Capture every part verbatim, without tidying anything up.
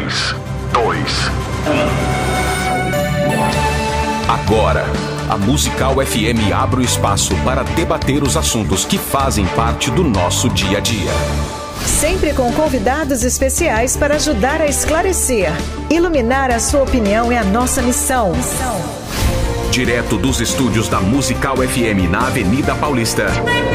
três, dois, um. Agora, a Musical F M abre o espaço para debater os assuntos que fazem parte do nosso dia a dia. Sempre com convidados especiais para ajudar a esclarecer. Iluminar a sua opinião é a nossa missão. Direto dos estúdios da Musical F M na Avenida Paulista.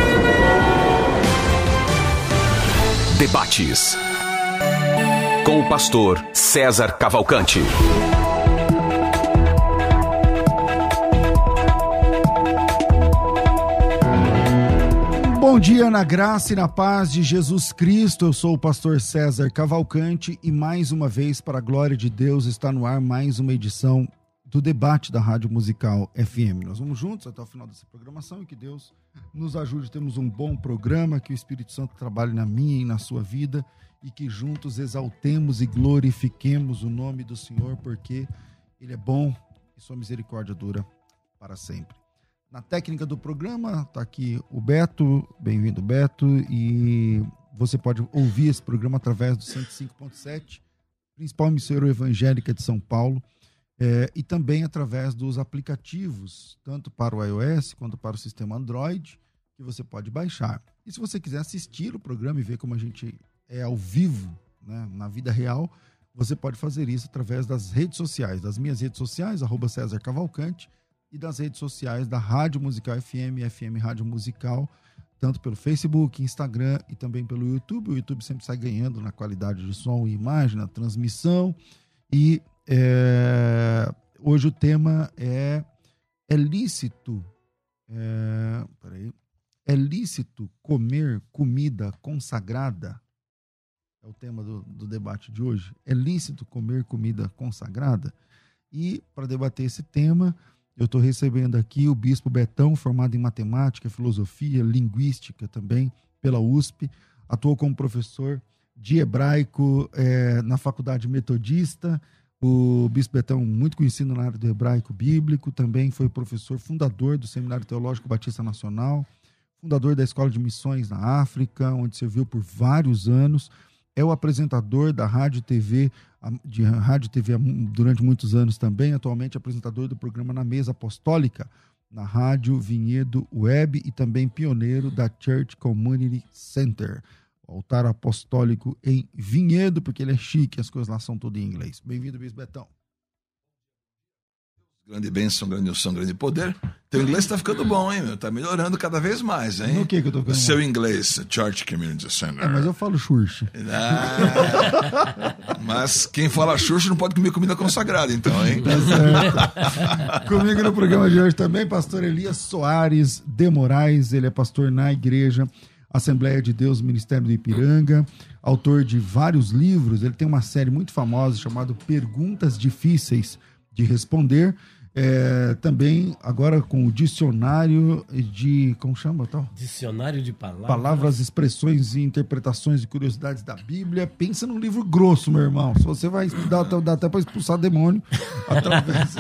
Debates. Com o pastor César Cavalcante. Bom dia na graça e na paz de Jesus Cristo. Eu sou o pastor César Cavalcante e mais uma vez, para a glória de Deus, está no ar mais uma edição do debate da Rádio Musical F M. Nós vamos juntos até o final dessa programação e que Deus nos ajude a termos um bom programa, que o Espírito Santo trabalhe na minha e na sua vida e que juntos exaltemos e glorifiquemos o nome do Senhor, porque Ele é bom e sua misericórdia dura para sempre. Na técnica do programa está aqui o Beto, bem-vindo Beto, e você pode ouvir esse programa através do cento e cinco ponto sete, principal emissora evangélica de São Paulo, é, e também através dos aplicativos, tanto para o iOS quanto para o sistema Android, que você pode baixar. E se você quiser assistir o programa e ver como a gente é ao vivo, né, na vida real, você pode fazer isso através das redes sociais, das minhas redes sociais, arroba César Cavalcante, e das redes sociais da Rádio Musical F M, F M Rádio Musical, tanto pelo Facebook, Instagram e também pelo YouTube. O YouTube sempre sai ganhando na qualidade de som e imagem, na transmissão. E é, hoje o tema é, é lícito, é, peraí, é lícito comer comida consagrada? É o tema do, do debate de hoje. É lícito comer comida consagrada? E para debater esse tema, eu estou recebendo aqui o Bispo Betão, formado em matemática, filosofia, linguística também pela U S P. Atuou como professor de hebraico é, na Faculdade Metodista. O Bispo Betão, muito conhecido na área do hebraico bíblico, também foi professor fundador do Seminário Teológico Batista Nacional, fundador da Escola de Missões na África, onde serviu por vários anos. É o apresentador da Rádio e T V, de Rádio e T V durante muitos anos também, atualmente apresentador do programa Na Mesa Apostólica, na Rádio Vinhedo Web e também pioneiro da Church Community Center, o altar apostólico em Vinhedo, porque ele é chique, as coisas lá são tudo em inglês. Bem-vindo, Bispo Betão. Grande bênção, grande unção, grande poder. Teu inglês tá ficando bom, hein, meu? Tá melhorando cada vez mais, hein? No que que eu tô ficando? O seu inglês, Church Community Center. É, mas eu falo church. Ah, mas quem fala church não pode comer comida consagrada, então, hein? Tá certo. Comigo no programa de hoje também, pastor Elias Soares de Moraes. Ele é pastor na Igreja Assembleia de Deus, Ministério do Ipiranga, autor de vários livros. Ele tem uma série muito famosa chamada Perguntas Difíceis de Responder. É, também agora com o dicionário de, como chama tal? Dicionário de palavras. Palavras, expressões e interpretações e curiosidades da Bíblia. Pensa num livro grosso, meu irmão. Se você vai estudar, dá até para expulsar demônio através.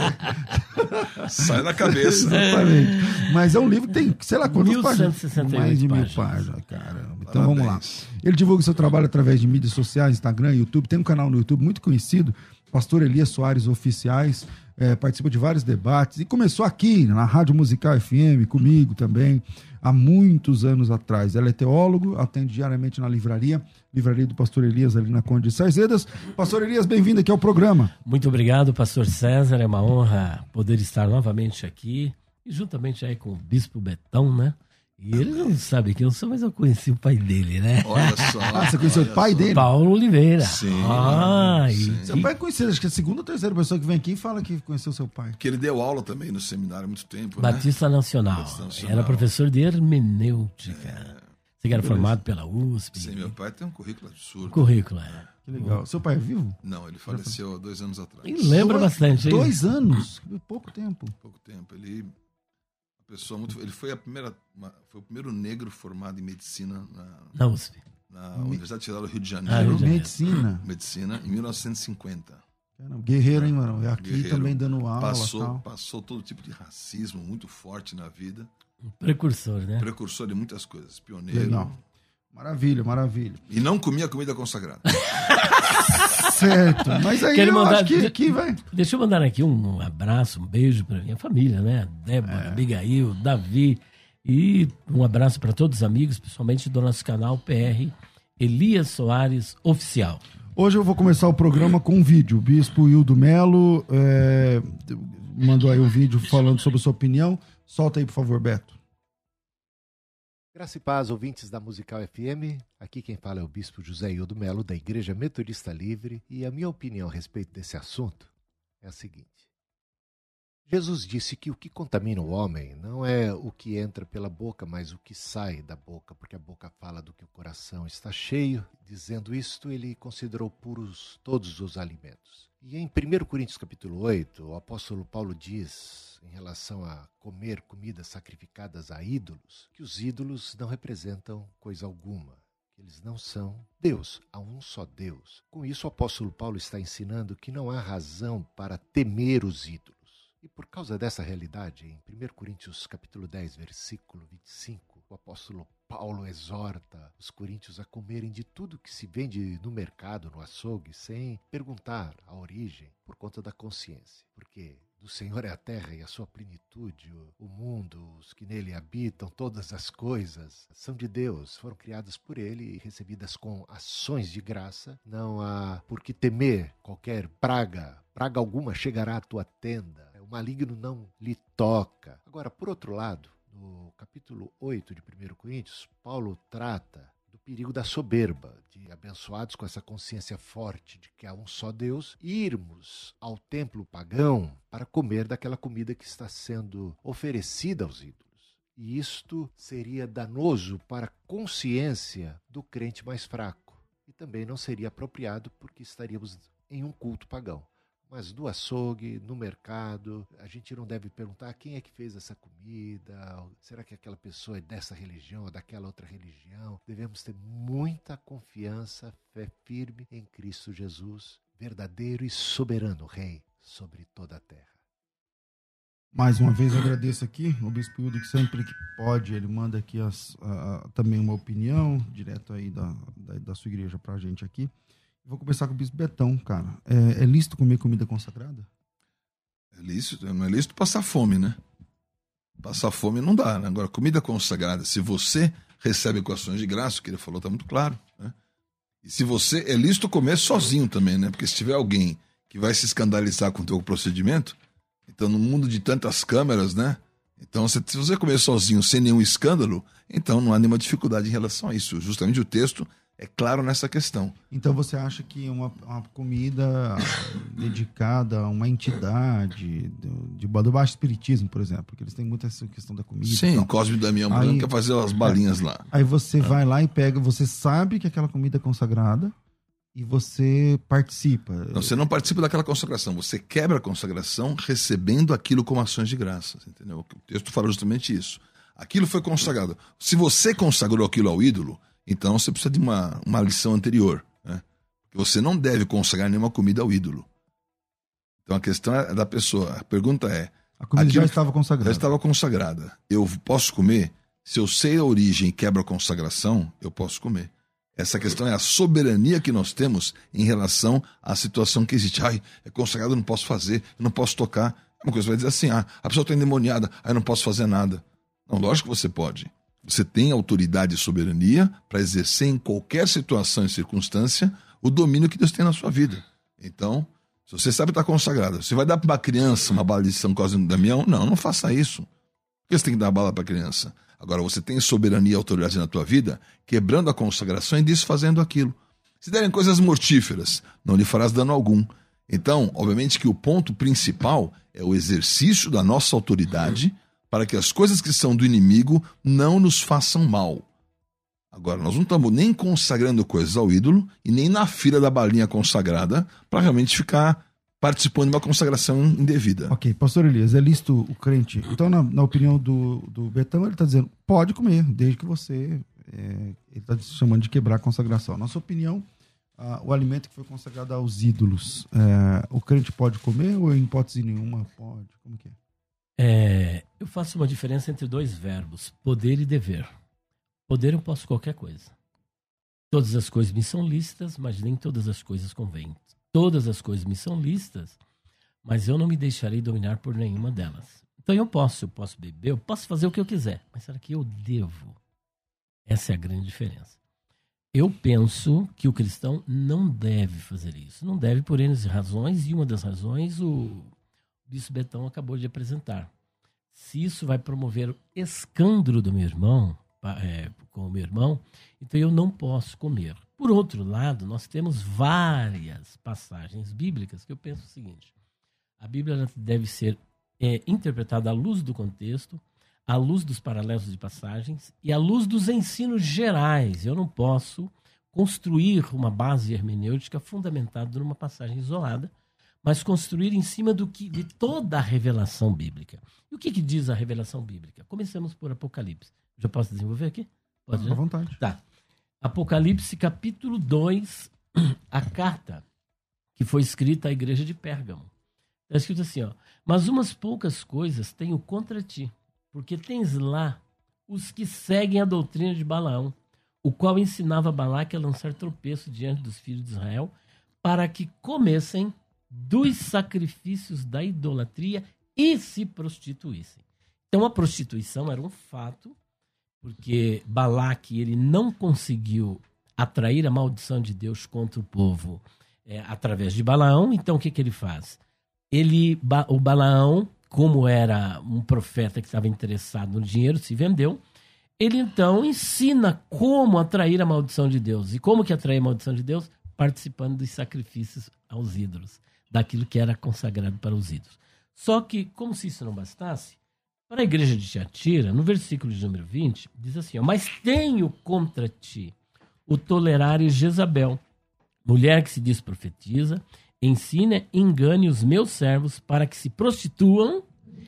Sai da cabeça. Exatamente. Mas é um livro que tem, sei lá quantas páginas. Mais de mil páginas, páginas, caramba. Então vamos lá. Ele divulga o seu trabalho através de mídias sociais, Instagram, YouTube. Tem um canal no YouTube muito conhecido, Pastor Elias Soares Oficiais. É, participa de vários debates e começou aqui na Rádio Musical F M, comigo também, há muitos anos atrás. Ela é teólogo, atende diariamente na livraria, livraria do Pastor Elias ali na Conde de Sarzedas. Pastor Elias, bem-vindo aqui ao programa. Muito obrigado, Pastor César, é uma honra poder estar novamente aqui e juntamente aí com o Bispo Betão, né? E ele não sabe quem eu sou, mas eu conheci o pai dele, né? Olha só. Ah, você conheceu o pai só. dele? Paulo Oliveira. Sim. Ah, sim. E, Seu pai é conhecido, acho que é a segunda ou terceira pessoa que vem aqui e fala que conheceu seu pai. Que ele deu aula também no seminário há muito tempo, né? Batista Nacional. Batista Nacional. Era professor de hermenêutica. É. Você que era formado pela U S P. Sim, meu pai tem um currículo absurdo. Currículo, é. Que legal. Seu pai é vivo? Não, ele faleceu há dois anos atrás. E lembra Dois- bastante, hein? Dois anos? Pouco tempo. Pouco tempo. Ele, uma pessoa muito, ele foi a primeira, uma, foi o primeiro negro formado em medicina na, Na U S P. na Universidade Federal do Rio de Ah, Janeiro. Rio de Janeiro. Medicina. Medicina em mil novecentos e cinquenta. Caramba, guerreiro, hein, mano? É aqui Guerreiro. também dando aula. Passou, Tal. passou todo tipo de racismo muito forte na vida. Um precursor, né? Precursor de muitas coisas. Pioneiro. Legal. Maravilha, maravilha. E não comia comida consagrada. certo. Mas aí Quero eu mandar- acho que aqui vai. Deixa eu mandar aqui um abraço, um beijo para minha família, né? Débora, Abigail, Davi. E um abraço para todos os amigos, principalmente do nosso canal P R Elias Soares Oficial. Hoje eu vou começar o programa com um vídeo. O bispo Hildo Melo é, mandou aí um vídeo falando sobre a sua opinião. Solta aí, por favor, Beto. Graça e paz, ouvintes da Musical F M. Aqui quem fala é o bispo José Hildo Melo, da Igreja Metodista Livre. E a minha opinião a respeito desse assunto é a seguinte. Jesus disse que o que contamina o homem não é o que entra pela boca, mas o que sai da boca, porque a boca fala do que o coração está cheio. Dizendo isto, ele considerou puros todos os alimentos. E em primeiro Coríntios capítulo oito, o apóstolo Paulo diz, em relação a comer comidas sacrificadas a ídolos, que os ídolos não representam coisa alguma, que eles não são Deus, há um só Deus. Com isso, o apóstolo Paulo está ensinando que não há razão para temer os ídolos. E por causa dessa realidade, em primeiro Coríntios capítulo dez, versículo vinte e cinco, o apóstolo Paulo exorta os coríntios a comerem de tudo que se vende no mercado, no açougue, sem perguntar a origem, por conta da consciência. Porque do Senhor é a terra e a sua plenitude, o mundo, os que nele habitam, todas as coisas são de Deus, foram criadas por ele e recebidas com ações de graça. Não há por que temer qualquer praga, praga alguma chegará à tua tenda. O maligno não lhe toca. Agora, por outro lado, no capítulo oito de primeiro Coríntios, Paulo trata do perigo da soberba, de abençoados com essa consciência forte de que há um só Deus, irmos ao templo pagão para comer daquela comida que está sendo oferecida aos ídolos. E isto seria danoso para a consciência do crente mais fraco. E também não seria apropriado porque estaríamos em um culto pagão. Mas no açougue, no mercado, a gente não deve perguntar quem é que fez essa comida, será que aquela pessoa é dessa religião ou daquela outra religião? Devemos ter muita confiança, fé firme em Cristo Jesus, verdadeiro e soberano Rei sobre toda a terra. Mais uma vez eu agradeço aqui o bispo Hildo, que sempre que pode, ele manda aqui as, a, a, também uma opinião, direto aí da, da, da sua igreja pra gente aqui. Vou começar com o bispo Betão, cara. É, é lícito comer comida consagrada? É lícito, não é lícito passar fome, né? Passar fome não dá, né? Agora, comida consagrada, se você recebe com ações de graça, o que ele falou tá muito claro, né? E se você, é lícito comer sozinho também, né? Porque se tiver alguém que vai se escandalizar com o teu procedimento, então no mundo de tantas câmeras, né? Então, se você comer sozinho, sem nenhum escândalo, então não há nenhuma dificuldade em relação a isso. Justamente o texto é claro nessa questão. Então você acha que uma, uma comida dedicada a uma entidade do, de, do baixo espiritismo, por exemplo, que eles têm muita essa questão da comida. Sim, o Cosme Damião Branco quer fazer as balinhas é, lá. Aí você é. vai lá e pega, você sabe que aquela comida é consagrada e você participa. Não, você não participa daquela consagração, você quebra a consagração recebendo aquilo como ações de graça, entendeu? O texto fala justamente isso. Aquilo foi consagrado. Se você consagrou aquilo ao ídolo, então você precisa de uma, uma lição anterior, né? Você não deve consagrar nenhuma comida ao ídolo. Então a questão é da pessoa. A pergunta é... A comida já estava consagrada. Já estava consagrada. Eu posso comer? Se eu sei a origem e quebro a consagração, eu posso comer. Essa questão é a soberania que nós temos em relação à situação que existe. Ai, é consagrado, eu não posso fazer, eu não posso tocar. Uma coisa vai dizer assim, ah, a pessoa está endemoniada, aí eu não posso fazer nada. Não, lógico que você pode. Você tem autoridade e soberania para exercer em qualquer situação e circunstância o domínio que Deus tem na sua vida. Então, se você sabe que está consagrado, você vai dar para uma criança uma bala de São Cosme e Damião? Não, não faça isso. Por que você tem que dar a bala para a criança? Agora, você tem soberania e autoridade na tua vida, quebrando a consagração e desfazendo aquilo. Se derem coisas mortíferas, não lhe farás dano algum. Então, obviamente que o ponto principal é o exercício da nossa autoridade para que as coisas que são do inimigo não nos façam mal. Agora, nós não estamos nem consagrando coisas ao ídolo e nem na fila da balinha consagrada para realmente ficar participando de uma consagração indevida. Ok, pastor Elias, é lícito o crente. Então, na, na opinião do, do Betão, ele está dizendo, pode comer, desde que você... É, ele está chamando de quebrar a consagração. Na sua opinião, ah, o alimento que foi consagrado aos ídolos, é, o crente pode comer ou em hipótese nenhuma pode? Como que é? É, eu faço uma diferença entre dois verbos, poder e dever. Poder eu posso qualquer coisa. Todas as coisas me são lícitas, mas nem todas as coisas convêm. Todas as coisas me são lícitas, mas eu não me deixarei dominar por nenhuma delas. Então eu posso, eu posso beber, eu posso fazer o que eu quiser, mas será que eu devo? Essa é a grande diferença. Eu penso que o cristão não deve fazer isso. Não deve por N razões, e uma das razões o Bispo Betão acabou de apresentar. Se isso vai promover o escândalo do meu irmão, é, com o meu irmão, então eu não posso comer. Por outro lado, nós temos várias passagens bíblicas que eu penso o seguinte: a Bíblia deve ser é, interpretada à luz do contexto, à luz dos paralelos de passagens e à luz dos ensinos gerais. Eu não posso construir uma base hermenêutica fundamentada numa passagem isolada, mas construir em cima do que, de toda a revelação bíblica. E o que, que diz a revelação bíblica? Começamos por Apocalipse. Já posso desenvolver aqui? Pode, né? À vontade. Tá. Apocalipse, capítulo dois, a carta que foi escrita à igreja de Pérgamo. Está escrito assim, ó: mas umas poucas coisas tenho contra ti, porque tens lá os que seguem a doutrina de Balaão, o qual ensinava Balaque a lançar tropeço diante dos filhos de Israel, para que comessem dos sacrifícios da idolatria e se prostituíssem. Então a prostituição era um fato, porque Balaque ele não conseguiu atrair a maldição de Deus contra o povo é, através de Balaão. Então o que, que ele faz? Ele, o Balaão, como era um profeta que estava interessado no dinheiro, se vendeu. Ele então ensina como atrair a maldição de Deus. E como que atrair a maldição de Deus? Participando dos sacrifícios aos ídolos, daquilo que era consagrado para os ídolos. Só que, como se isso não bastasse, para a igreja de Tiatira, no versículo de número vinte, diz assim, ó: mas tenho contra ti o tolerares Jezabel, mulher que se diz profetiza, ensina e engane os meus servos para que se prostituam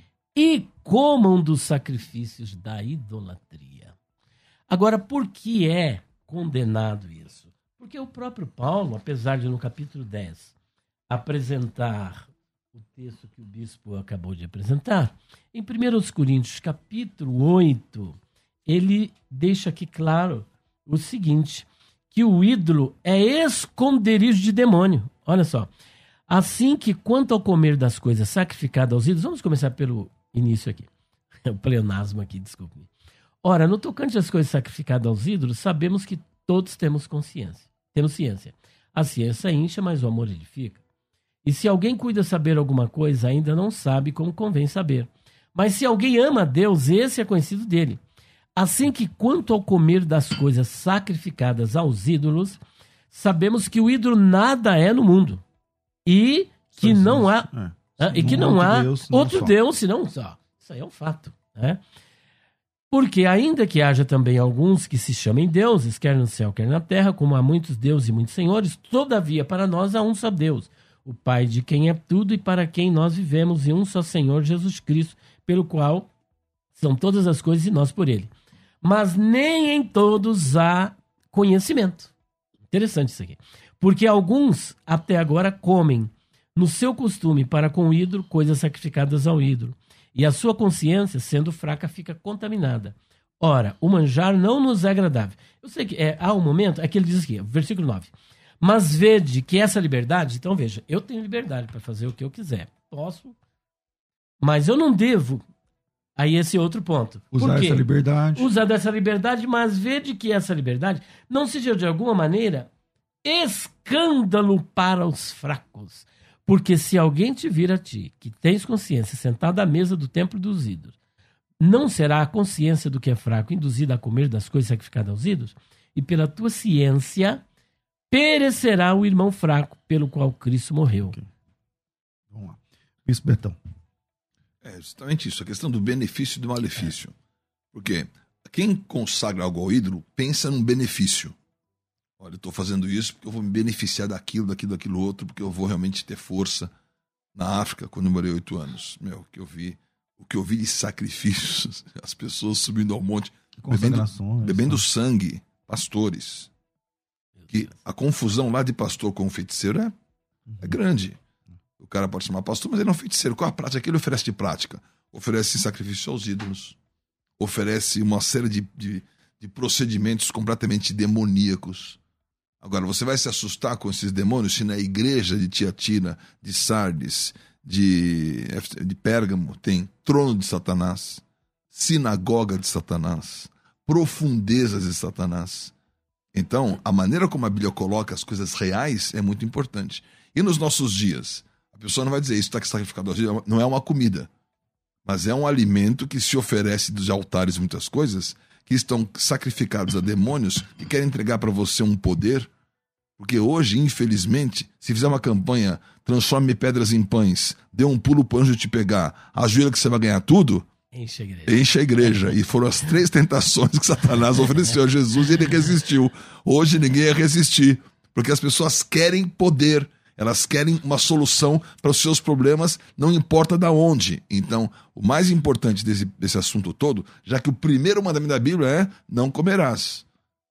e comam dos sacrifícios da idolatria. Agora, por que é condenado isso? Porque o próprio Paulo, apesar de no capítulo dez apresentar o texto que o bispo acabou de apresentar, em primeira Coríntios, capítulo oito, ele deixa aqui claro o seguinte, que o ídolo é esconderijo de demônio. Olha só. Assim que, quanto ao comer das coisas sacrificadas aos ídolos, vamos começar pelo início aqui. O pleonasmo aqui, desculpe-me. Ora, no tocante às coisas sacrificadas aos ídolos, sabemos que todos temos consciência. Temos ciência. A ciência incha, mas o amor edifica. E se alguém cuida saber alguma coisa, ainda não sabe como convém saber. Mas se alguém ama a Deus, esse é conhecido dele. Assim que, quanto ao comer das coisas sacrificadas aos ídolos, sabemos que o ídolo nada é no mundo. E que não há, é. e que não há Deus, outro só. Deus, senão só. Isso aí é um fato. Né? Porque ainda que haja também alguns que se chamem deuses, quer no céu, quer na terra, como há muitos deuses e muitos senhores, todavia para nós há um só Deus, o Pai de quem é tudo e para quem nós vivemos, e um só Senhor Jesus Cristo, pelo qual são todas as coisas e nós por ele. Mas nem em todos há conhecimento. Interessante isso aqui. Porque alguns até agora comem no seu costume para com o ídolo coisas sacrificadas ao ídolo. E a sua consciência, sendo fraca, fica contaminada. Ora, o manjar não nos é agradável. Eu sei que é, há um momento, é que ele diz aqui, versículo nove. Mas vede que essa liberdade, então veja, eu tenho liberdade para fazer o que eu quiser. Posso, mas eu não devo. Aí esse outro ponto. Usar essa liberdade. Usar dessa liberdade, mas vede que essa liberdade não seja de alguma maneira escândalo para os fracos. Porque se alguém te vir a ti, que tens consciência, sentado à mesa do templo dos ídolos, não será a consciência do que é fraco induzida a comer das coisas sacrificadas aos ídolos? E pela tua ciência perecerá o irmão fraco pelo qual Cristo morreu. Okay. Vamos lá. Bispo Betão. É justamente isso, a questão do benefício e do malefício. É. Porque quem consagra algo ao ídolo pensa num benefício. Olha, eu estou fazendo isso porque eu vou me beneficiar daquilo, daquilo, daquilo outro, porque eu vou realmente ter força. Na África, quando eu morei oito anos, meu, o que eu vi, o que eu vi de sacrifícios, as pessoas subindo ao monte, bebendo, bebendo sangue, pastores. Que a confusão lá de pastor com feiticeiro é, uhum. é grande. O cara pode chamar pastor, mas ele não é um feiticeiro. Qual a prática que ele oferece de prática? Oferece sacrifício aos ídolos. Oferece uma série de, de, de procedimentos completamente demoníacos. Agora, você vai se assustar com esses demônios se na igreja de Tiatira, de Sardes, de, de Pérgamo tem trono de Satanás, sinagoga de Satanás, profundezas de Satanás. Então, a maneira como a Bíblia coloca as coisas reais é muito importante. E nos nossos dias, a pessoa não vai dizer isso está sacrificado hoje, não é uma comida, mas é um alimento que se oferece dos altares muitas coisas que estão sacrificados a demônios que querem entregar para você um poder. Porque hoje, infelizmente, se fizer uma campanha, transforme pedras em pães, dê um pulo pro anjo te pegar, ajoelha que você vai ganhar tudo, enche a igreja. Enche a igreja. E foram as três tentações que Satanás ofereceu a Jesus e ele resistiu. Hoje ninguém ia resistir, porque as pessoas querem poder, elas querem uma solução para os seus problemas, não importa de onde. Então, o mais importante desse, desse assunto todo, já que o primeiro mandamento da Bíblia é não comerás.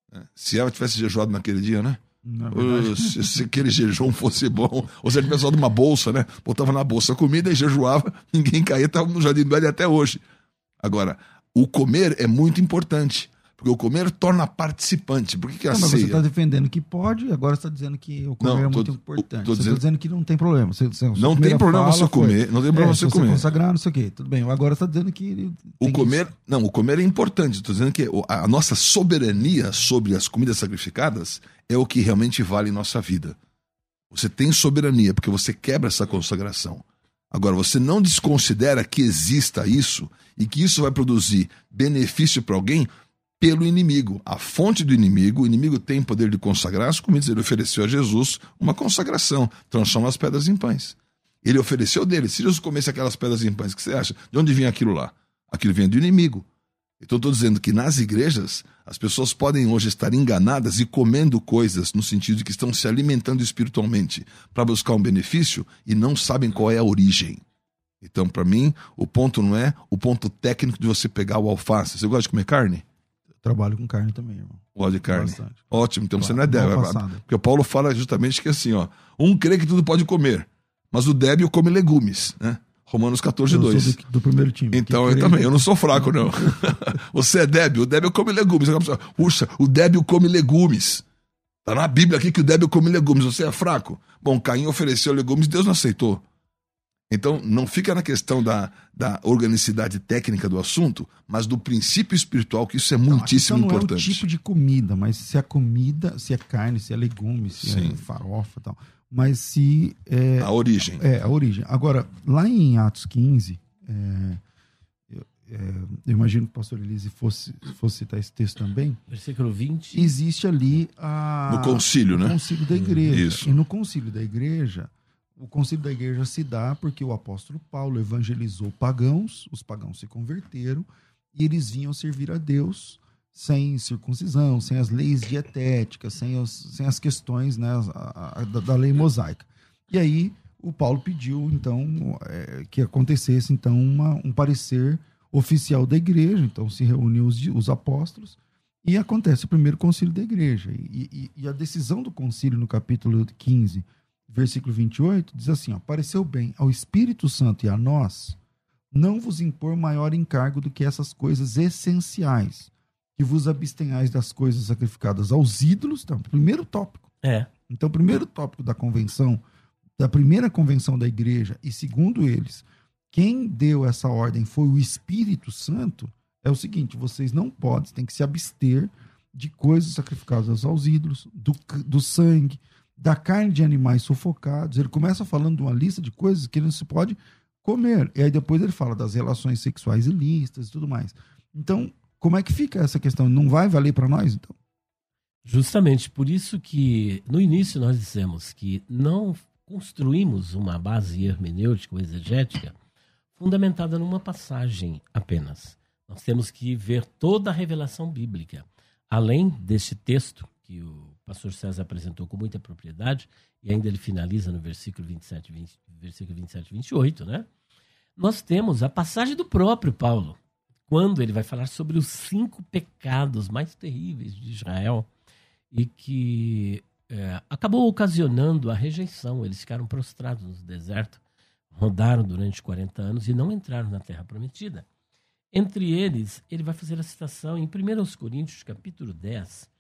Se ela tivesse jejuado naquele dia, né? Uh, se, se aquele jejum fosse bom, ou se ele tivesse usado uma bolsa, né? Botava na bolsa a comida e jejuava, ninguém caía, estava no Jardim do Éden até hoje. Agora, o comer é muito importante, porque o comer torna participante. Por que, que a não, mas ceia... você está defendendo que pode, agora você está dizendo que o comer não, é tô, muito importante. Tô você dizendo... está dizendo que não tem problema. Você, você, não tem problema você comer, não tem problema é, você se comer. Você consagrar, não sei o quê. Tudo bem, agora você está dizendo que... O comer, isso. Não, o comer é importante. Estou dizendo que a nossa soberania sobre as comidas sacrificadas é o que realmente vale em nossa vida. Você tem soberania, porque você quebra essa consagração. Agora, você não desconsidera que exista isso e que isso vai produzir benefício para alguém pelo inimigo. A fonte do inimigo, o inimigo tem poder de consagrar as comidas. Ele ofereceu a Jesus uma consagração, transforma as pedras em pães. Ele ofereceu dele. Se Jesus comesse aquelas pedras em pães, o que você acha? De onde vinha aquilo lá? Aquilo vinha do inimigo. Então, estou dizendo que nas igrejas, as pessoas podem hoje estar enganadas e comendo coisas, no sentido de que estão se alimentando espiritualmente para buscar um benefício e não sabem qual é a origem. Então, para mim, o ponto não é o ponto técnico de você pegar o alface. Você gosta de comer carne? Eu trabalho com carne também, irmão. Gosta de carne? Bastante. Ótimo, então claro, você não é débil. Porque o Paulo fala justamente que assim, ó, um crê que tudo pode comer, mas o débil come legumes, né? Romanos catorze, dois. Eu sou do, do primeiro time. Então, eu também, eu não sou fraco, não. Você é débil, o débil come legumes. Puxa, o débil come legumes. Tá na Bíblia aqui que o débil come legumes, você é fraco. Bom, Caim ofereceu legumes, Deus não aceitou. Então, não fica na questão da, da organicidade técnica do assunto, mas do princípio espiritual, que isso é muitíssimo então não importante. É o tipo de comida, mas se é comida, se é carne, se é legume, se Sim. é farofa e tal. Mas se... É, a origem. É, a origem. Agora, lá em Atos quinze, é, eu, é, eu imagino que o pastor Elise fosse, fosse citar esse texto também. Versículo vinte. Existe ali a... No concílio, no né? No concílio da igreja. Isso. E no concílio da igreja, o concílio da igreja se dá porque o apóstolo Paulo evangelizou pagãos, os pagãos se converteram e eles vinham servir a Deus sem circuncisão, sem as leis dietéticas, sem, os, sem as questões, né, a, a, da, da lei mosaica. E aí o Paulo pediu, então, é, que acontecesse então, uma, um parecer oficial da igreja. Então se reúnem os, os apóstolos e acontece o primeiro concílio da igreja. E, e, e a decisão do concílio no capítulo quinze, versículo vinte e oito, diz assim, ó, pareceu bem ao Espírito Santo e a nós não vos impor maior encargo do que essas coisas essenciais, que vos abstenhais das coisas sacrificadas aos ídolos. Então, primeiro tópico. É. Então, o primeiro tópico da convenção, da primeira convenção da igreja, e segundo eles, quem deu essa ordem foi o Espírito Santo, é o seguinte, vocês não podem, têm que se abster de coisas sacrificadas aos ídolos, do, do sangue, da carne de animais sufocados. Ele começa falando de uma lista de coisas que não se pode comer. E aí depois ele fala das relações sexuais ilícitas e tudo mais. Então, como é que fica essa questão? Não vai valer para nós, então? Justamente por isso que no início nós dissemos que não construímos uma base hermenêutica ou exegética fundamentada numa passagem apenas. Nós temos que ver toda a revelação bíblica. Além deste texto que o pastor César apresentou com muita propriedade, e ainda ele finaliza no versículo vinte e sete, vinte, versículo vinte e sete, vinte e oito, né? Nós temos a passagem do próprio Paulo, quando ele vai falar sobre os cinco pecados mais terríveis de Israel e que é, acabou ocasionando a rejeição. Eles ficaram prostrados no deserto, rodaram durante quarenta anos e não entraram na Terra Prometida. Entre eles, ele vai fazer a citação em primeira Coríntios, capítulo dez,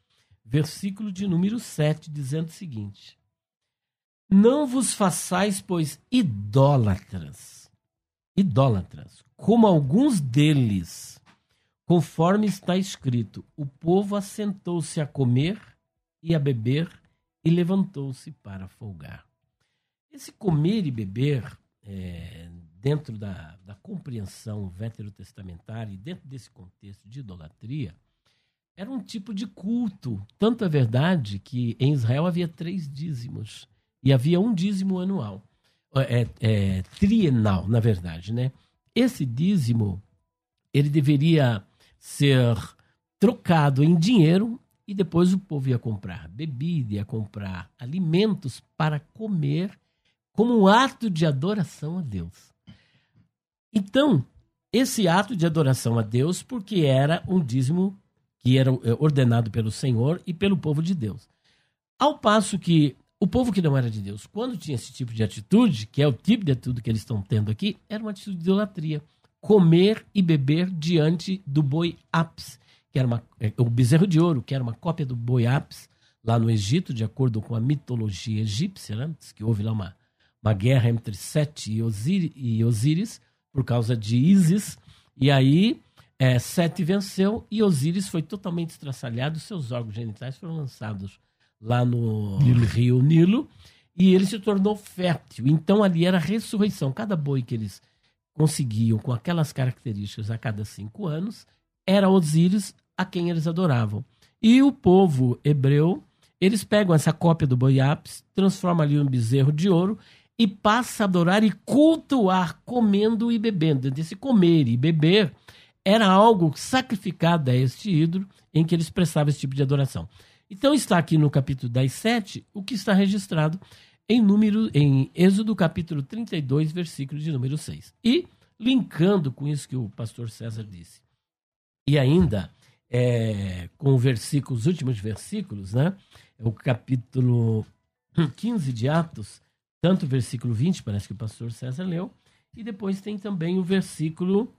versículo de número sete, dizendo o seguinte: não vos façais, pois, idólatras, idólatras, como alguns deles, conforme está escrito, o povo assentou-se a comer e a beber e levantou-se para folgar. Esse comer e beber, é, dentro da, da compreensão veterotestamentária e dentro desse contexto de idolatria, era um tipo de culto. Tanto é verdade que em Israel havia três dízimos e havia um dízimo anual, é, é, trienal, na verdade, né? Esse dízimo, ele deveria ser trocado em dinheiro e depois o povo ia comprar bebida, ia comprar alimentos para comer como um ato de adoração a Deus. Então, esse ato de adoração a Deus, porque era um dízimo que era ordenado pelo Senhor e pelo povo de Deus. Ao passo que o povo que não era de Deus, quando tinha esse tipo de atitude, que é o tipo de atitude que eles estão tendo aqui, era uma atitude de idolatria. Comer e beber diante do boi Apis, que era uma, o bezerro de ouro, que era uma cópia do boi Apis, lá no Egito, de acordo com a mitologia egípcia, né? Diz que houve lá uma, uma guerra entre Sete e Osíris, e Osíris por causa de Ísis, e aí é, Sete venceu e Osíris foi totalmente estraçalhado, seus órgãos genitais foram lançados lá no Nilo. rio Nilo, e ele se tornou fértil. Então ali era a ressurreição. Cada boi que eles conseguiam com aquelas características a cada cinco anos, era Osíris a quem eles adoravam. E o povo hebreu, eles pegam essa cópia do boi Apis, transformam ali um bezerro de ouro e passa a adorar e cultuar comendo e bebendo. Desse comer e beber era algo sacrificado a este ídolo em que eles prestavam esse tipo de adoração. Então está aqui no capítulo dez, sete, o que está registrado em, número, em Êxodo capítulo trinta e dois, versículo de número seis. E, linkando com isso que o pastor César disse, e ainda é, com o versículo, os últimos versículos, né? O capítulo quinze de Atos, tanto o versículo vinte, parece que o pastor César leu, e depois tem também o versículo,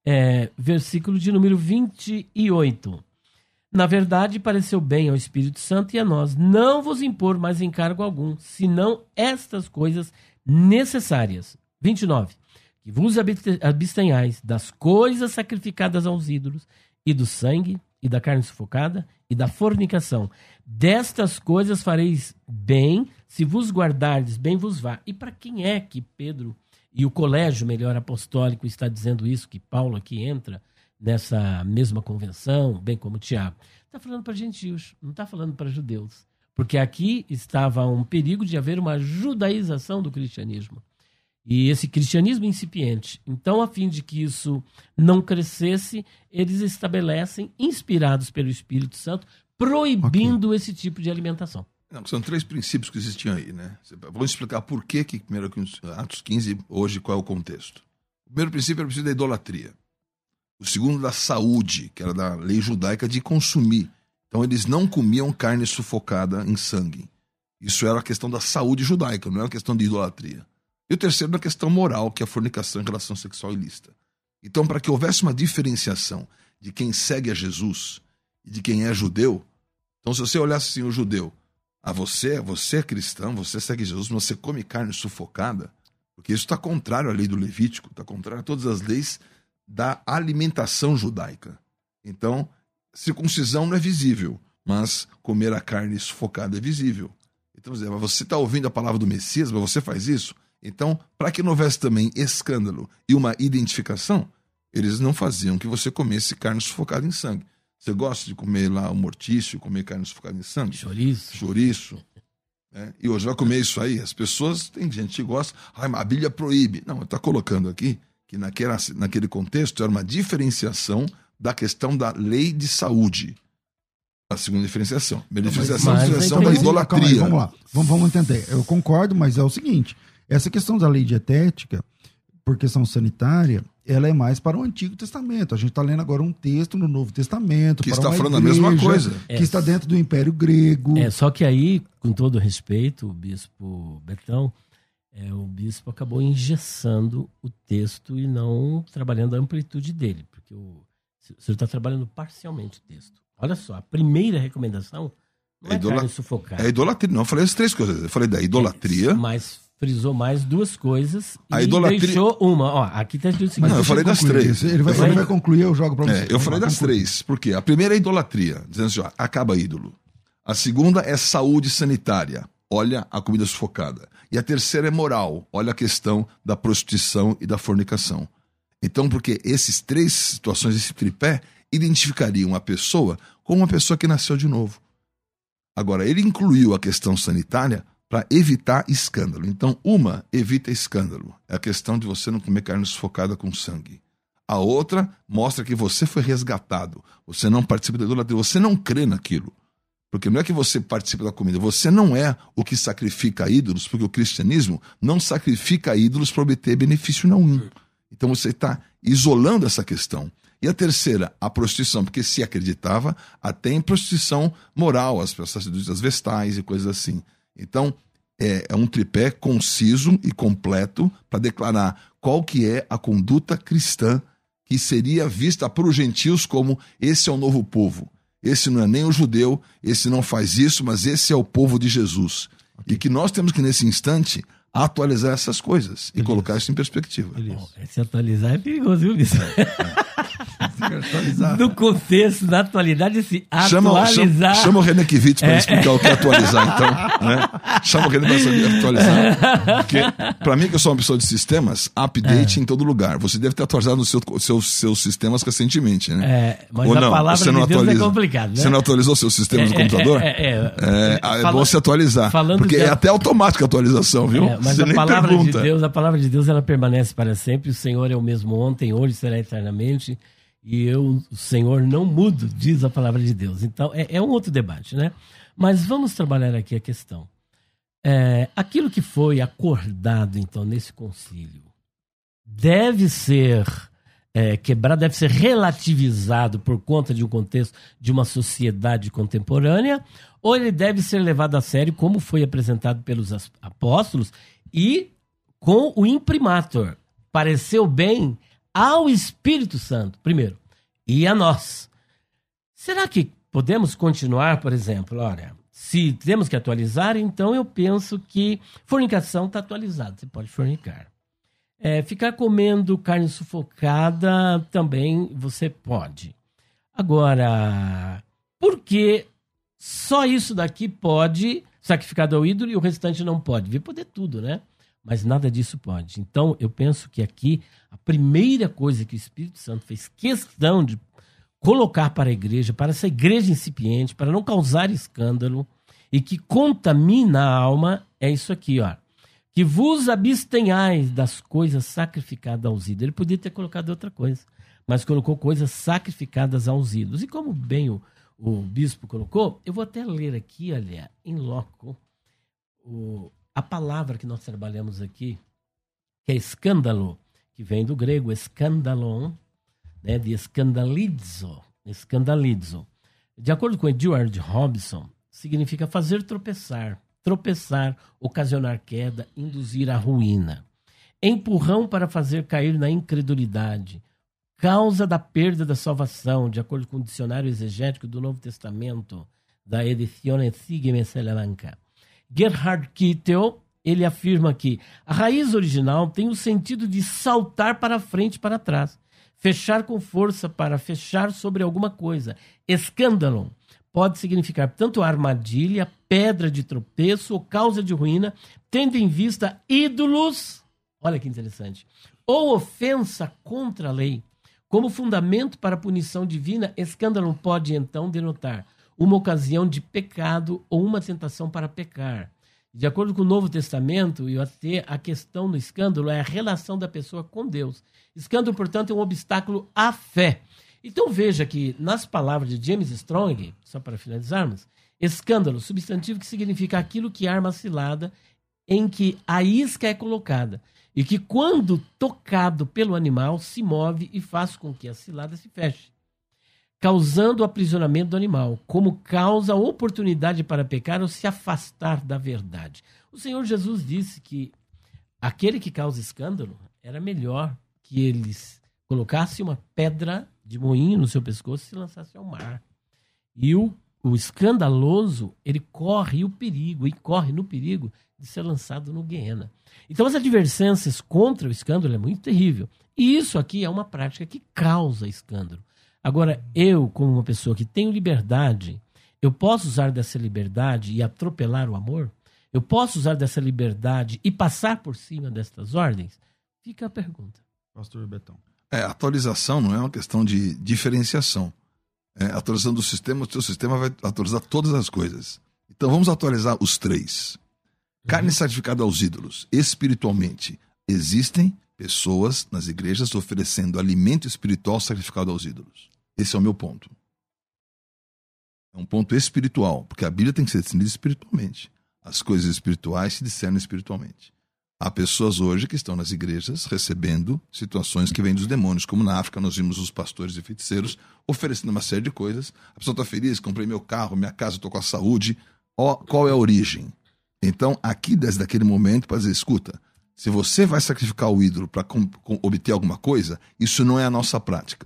é, versículo de número vinte e oito. Na verdade, pareceu bem ao Espírito Santo e a nós não vos impor mais encargo algum, senão estas coisas necessárias. vinte e nove. Que vos abstenhais das coisas sacrificadas aos ídolos, e do sangue, e da carne sufocada, e da fornicação. Destas coisas fareis bem, se vos guardardes, bem vos vá. E para quem é que Pedro e o colégio melhor apostólico está dizendo isso, que Paulo aqui entra nessa mesma convenção, bem como Tiago? Está falando para gentios, não está falando para judeus. Porque aqui estava um perigo de haver uma judaização do cristianismo. E esse cristianismo incipiente. Então, a fim de que isso não crescesse, eles estabelecem, inspirados pelo Espírito Santo, proibindo okay. esse tipo de alimentação. Não, são três princípios que existiam aí, né? Vamos explicar por que, que primeiro, Atos quinze, hoje, qual é o contexto. O primeiro princípio era o princípio da idolatria. O segundo, da saúde, que era da lei judaica de consumir. Então, eles não comiam carne sufocada em sangue. Isso era a questão da saúde judaica, não era a questão de idolatria. E o terceiro, da questão moral, que é a fornicação em relação sexual ilícita. Então, para que houvesse uma diferenciação de quem segue a Jesus e de quem é judeu, então, se você olhasse assim, o judeu, a você, você é cristão, você segue Jesus, mas você come carne sufocada, porque isso está contrário à lei do Levítico, está contrário a todas as leis da alimentação judaica. Então, circuncisão não é visível, mas comer a carne sufocada é visível. Então, você está ouvindo a palavra do Messias, mas você faz isso? Então, para que não houvesse também escândalo e uma identificação, eles não faziam que você comesse carne sufocada em sangue. Você gosta de comer lá o mortício, comer carne sufocada em sangue? Chouriço. Chouriço. É? E hoje vai comer isso aí. As pessoas, tem gente que gosta, ah, mas a Bíblia proíbe. Não, está colocando aqui que naquela, naquele contexto era uma diferenciação da questão da lei de saúde. A segunda diferenciação. A diferenciação, mas, a diferenciação da idolatria. Aí, vamos lá, vamos, vamos entender. Eu concordo, mas é o seguinte, essa questão da lei dietética, por questão sanitária, ela é mais para o Antigo Testamento. A gente está lendo agora um texto no Novo Testamento. Que para está uma falando igreja, a mesma coisa. Que é. está dentro do Império Grego. É, só que aí, com todo respeito, o bispo Betão, é, o bispo acabou engessando o texto e não trabalhando a amplitude dele, porque o, o senhor está trabalhando parcialmente o texto. Olha só, a primeira recomendação Não é, é carne sufocada. É idolatria. Não, eu falei as três coisas. Eu falei da idolatria. Mas frisou mais duas coisas a e idolatria... deixou uma. Ó, aqui está escrito o seguinte. Não, eu falei das três. Ele vai, ele vai concluir, eu jogo para você. É, eu falei das três. Por quê? A primeira é idolatria, dizendo assim, ó, acaba ídolo. A segunda é saúde sanitária. Olha a comida sufocada. E a terceira é moral. Olha a questão da prostituição e da fornicação. Então, porque esses três situações, esse tripé, identificariam a pessoa como uma pessoa que nasceu de novo. Agora, ele incluiu a questão sanitária para evitar escândalo. Então, uma, evita escândalo. É a questão de você não comer carne sufocada com sangue. A outra mostra que você foi resgatado. Você não participa da idolatria. Você não crê naquilo. Porque não é que você participa da comida. Você não é o que sacrifica ídolos, porque o cristianismo não sacrifica ídolos para obter benefício nenhum. Então, você está isolando essa questão. E a terceira, a prostituição, porque se acreditava até em prostituição moral, as prostitutas vestais e coisas assim. Então, é, é um tripé conciso e completo para declarar qual que é a conduta cristã que seria vista por os gentios como esse é o novo povo. Esse não é nem o judeu, esse não faz isso, mas esse é o povo de Jesus. Okay. E que nós temos que, nesse instante, atualizar essas coisas e colocar isso em perspectiva. Bom, se atualizar é perigoso, viu, Bispo? No contexto, na atualidade, se atualizar... Chama, chama, chama o René Kivitz para é. explicar o que é atualizar, então. Né? Chama o René para saber atualizar. Porque, para mim, que eu sou uma pessoa de sistemas, update é. em todo lugar. Você deve ter atualizado os seu, seu, seus sistemas recentemente, né? É, mas Ou a não, palavra você não de Deus atualiza. é complicado, né? Você não atualizou seus sistemas é, no computador? É, é, é, é, é, é bom se atualizar. Porque de... é até automática a atualização, viu? É, mas você a palavra pergunta. de Deus, a palavra de Deus, ela permanece para sempre. O Senhor é o mesmo ontem, hoje será eternamente. E eu, o Senhor, não mudo, diz a palavra de Deus. Então, é, é um outro debate, né? Mas vamos trabalhar aqui a questão. É, aquilo que foi acordado, então, nesse concílio, deve ser é, quebrado, deve ser relativizado por conta de um contexto de uma sociedade contemporânea, ou ele deve ser levado a sério como foi apresentado pelos apóstolos e com o imprimatur. Pareceu bem ao Espírito Santo, primeiro, e a nós. Será que podemos continuar, por exemplo, olha, se temos que atualizar, então eu penso que fornicação está atualizada, você pode fornicar. É, ficar comendo carne sufocada também você pode. Agora, por que só isso daqui pode sacrificar ao ídolo e o restante não pode? Devia poder tudo, né? Mas nada disso pode. Então, eu penso que aqui, a primeira coisa que o Espírito Santo fez questão de colocar para a igreja, para essa igreja incipiente, para não causar escândalo e que contamina a alma, é isso aqui, ó. Que vos abstenhais das coisas sacrificadas aos ídolos. Ele podia ter colocado outra coisa, mas colocou coisas sacrificadas aos ídolos. E como bem o, o bispo colocou, eu vou até ler aqui, olha, em loco, o... a palavra que nós trabalhamos aqui, que é escândalo, que vem do grego escandalon, né, de escandalizo, escandalizo. De acordo com Edward Robson, significa fazer tropeçar, tropeçar, ocasionar queda, induzir à ruína. Empurrão para fazer cair na incredulidade, causa da perda da salvação, de acordo com o dicionário exegético do Novo Testamento, da Edizione Sigme Salamanca. Gerhard Kittel, ele afirma que a raiz original tem o sentido de saltar para frente e para trás, fechar com força para fechar sobre alguma coisa. Escândalo pode significar tanto armadilha, pedra de tropeço ou causa de ruína, tendo em vista ídolos, olha que interessante, ou ofensa contra a lei. Como fundamento para a punição divina, escândalo pode então denotar uma ocasião de pecado ou uma tentação para pecar. De acordo com o Novo Testamento, e até a questão no escândalo é a relação da pessoa com Deus. Escândalo, portanto, é um obstáculo à fé. Então veja que nas palavras de James Strong, só para finalizarmos, escândalo, substantivo que significa aquilo que arma a cilada em que a isca é colocada e que quando tocado pelo animal se move e faz com que a cilada se feche, causando o aprisionamento do animal, como causa oportunidade para pecar ou se afastar da verdade. O Senhor Jesus disse que aquele que causa escândalo era melhor que eles colocasse uma pedra de moinho no seu pescoço e se lançasse ao mar. E o o escandaloso, ele corre o perigo, e corre no perigo de ser lançado no Guiena. Então as advertências contra o escândalo é muito terrível. E isso aqui é uma prática que causa escândalo. Agora, eu, como uma pessoa que tenho liberdade, eu posso usar dessa liberdade e atropelar o amor? Eu posso usar dessa liberdade e passar por cima destas ordens? Fica a pergunta. Pastor Betão. É, atualização não é uma questão de diferenciação. É, a atualização do sistema, o seu sistema vai atualizar todas as coisas. Então vamos atualizar os três. Carne sacrificada aos ídolos. Espiritualmente, existem pessoas nas igrejas oferecendo alimento espiritual sacrificado aos ídolos. Esse é o meu ponto. É um ponto espiritual, porque a Bíblia tem que ser discernida espiritualmente. As coisas espirituais se discernem espiritualmente. Há pessoas hoje que estão nas igrejas recebendo situações que vêm dos demônios, como na África nós vimos os pastores e feiticeiros oferecendo uma série de coisas. A pessoa está feliz, comprei meu carro, minha casa, estou com a saúde. Ó, qual é a origem? Então, aqui, desde aquele momento, para dizer, escuta, se você vai sacrificar o ídolo para obter alguma coisa, isso não é a nossa prática.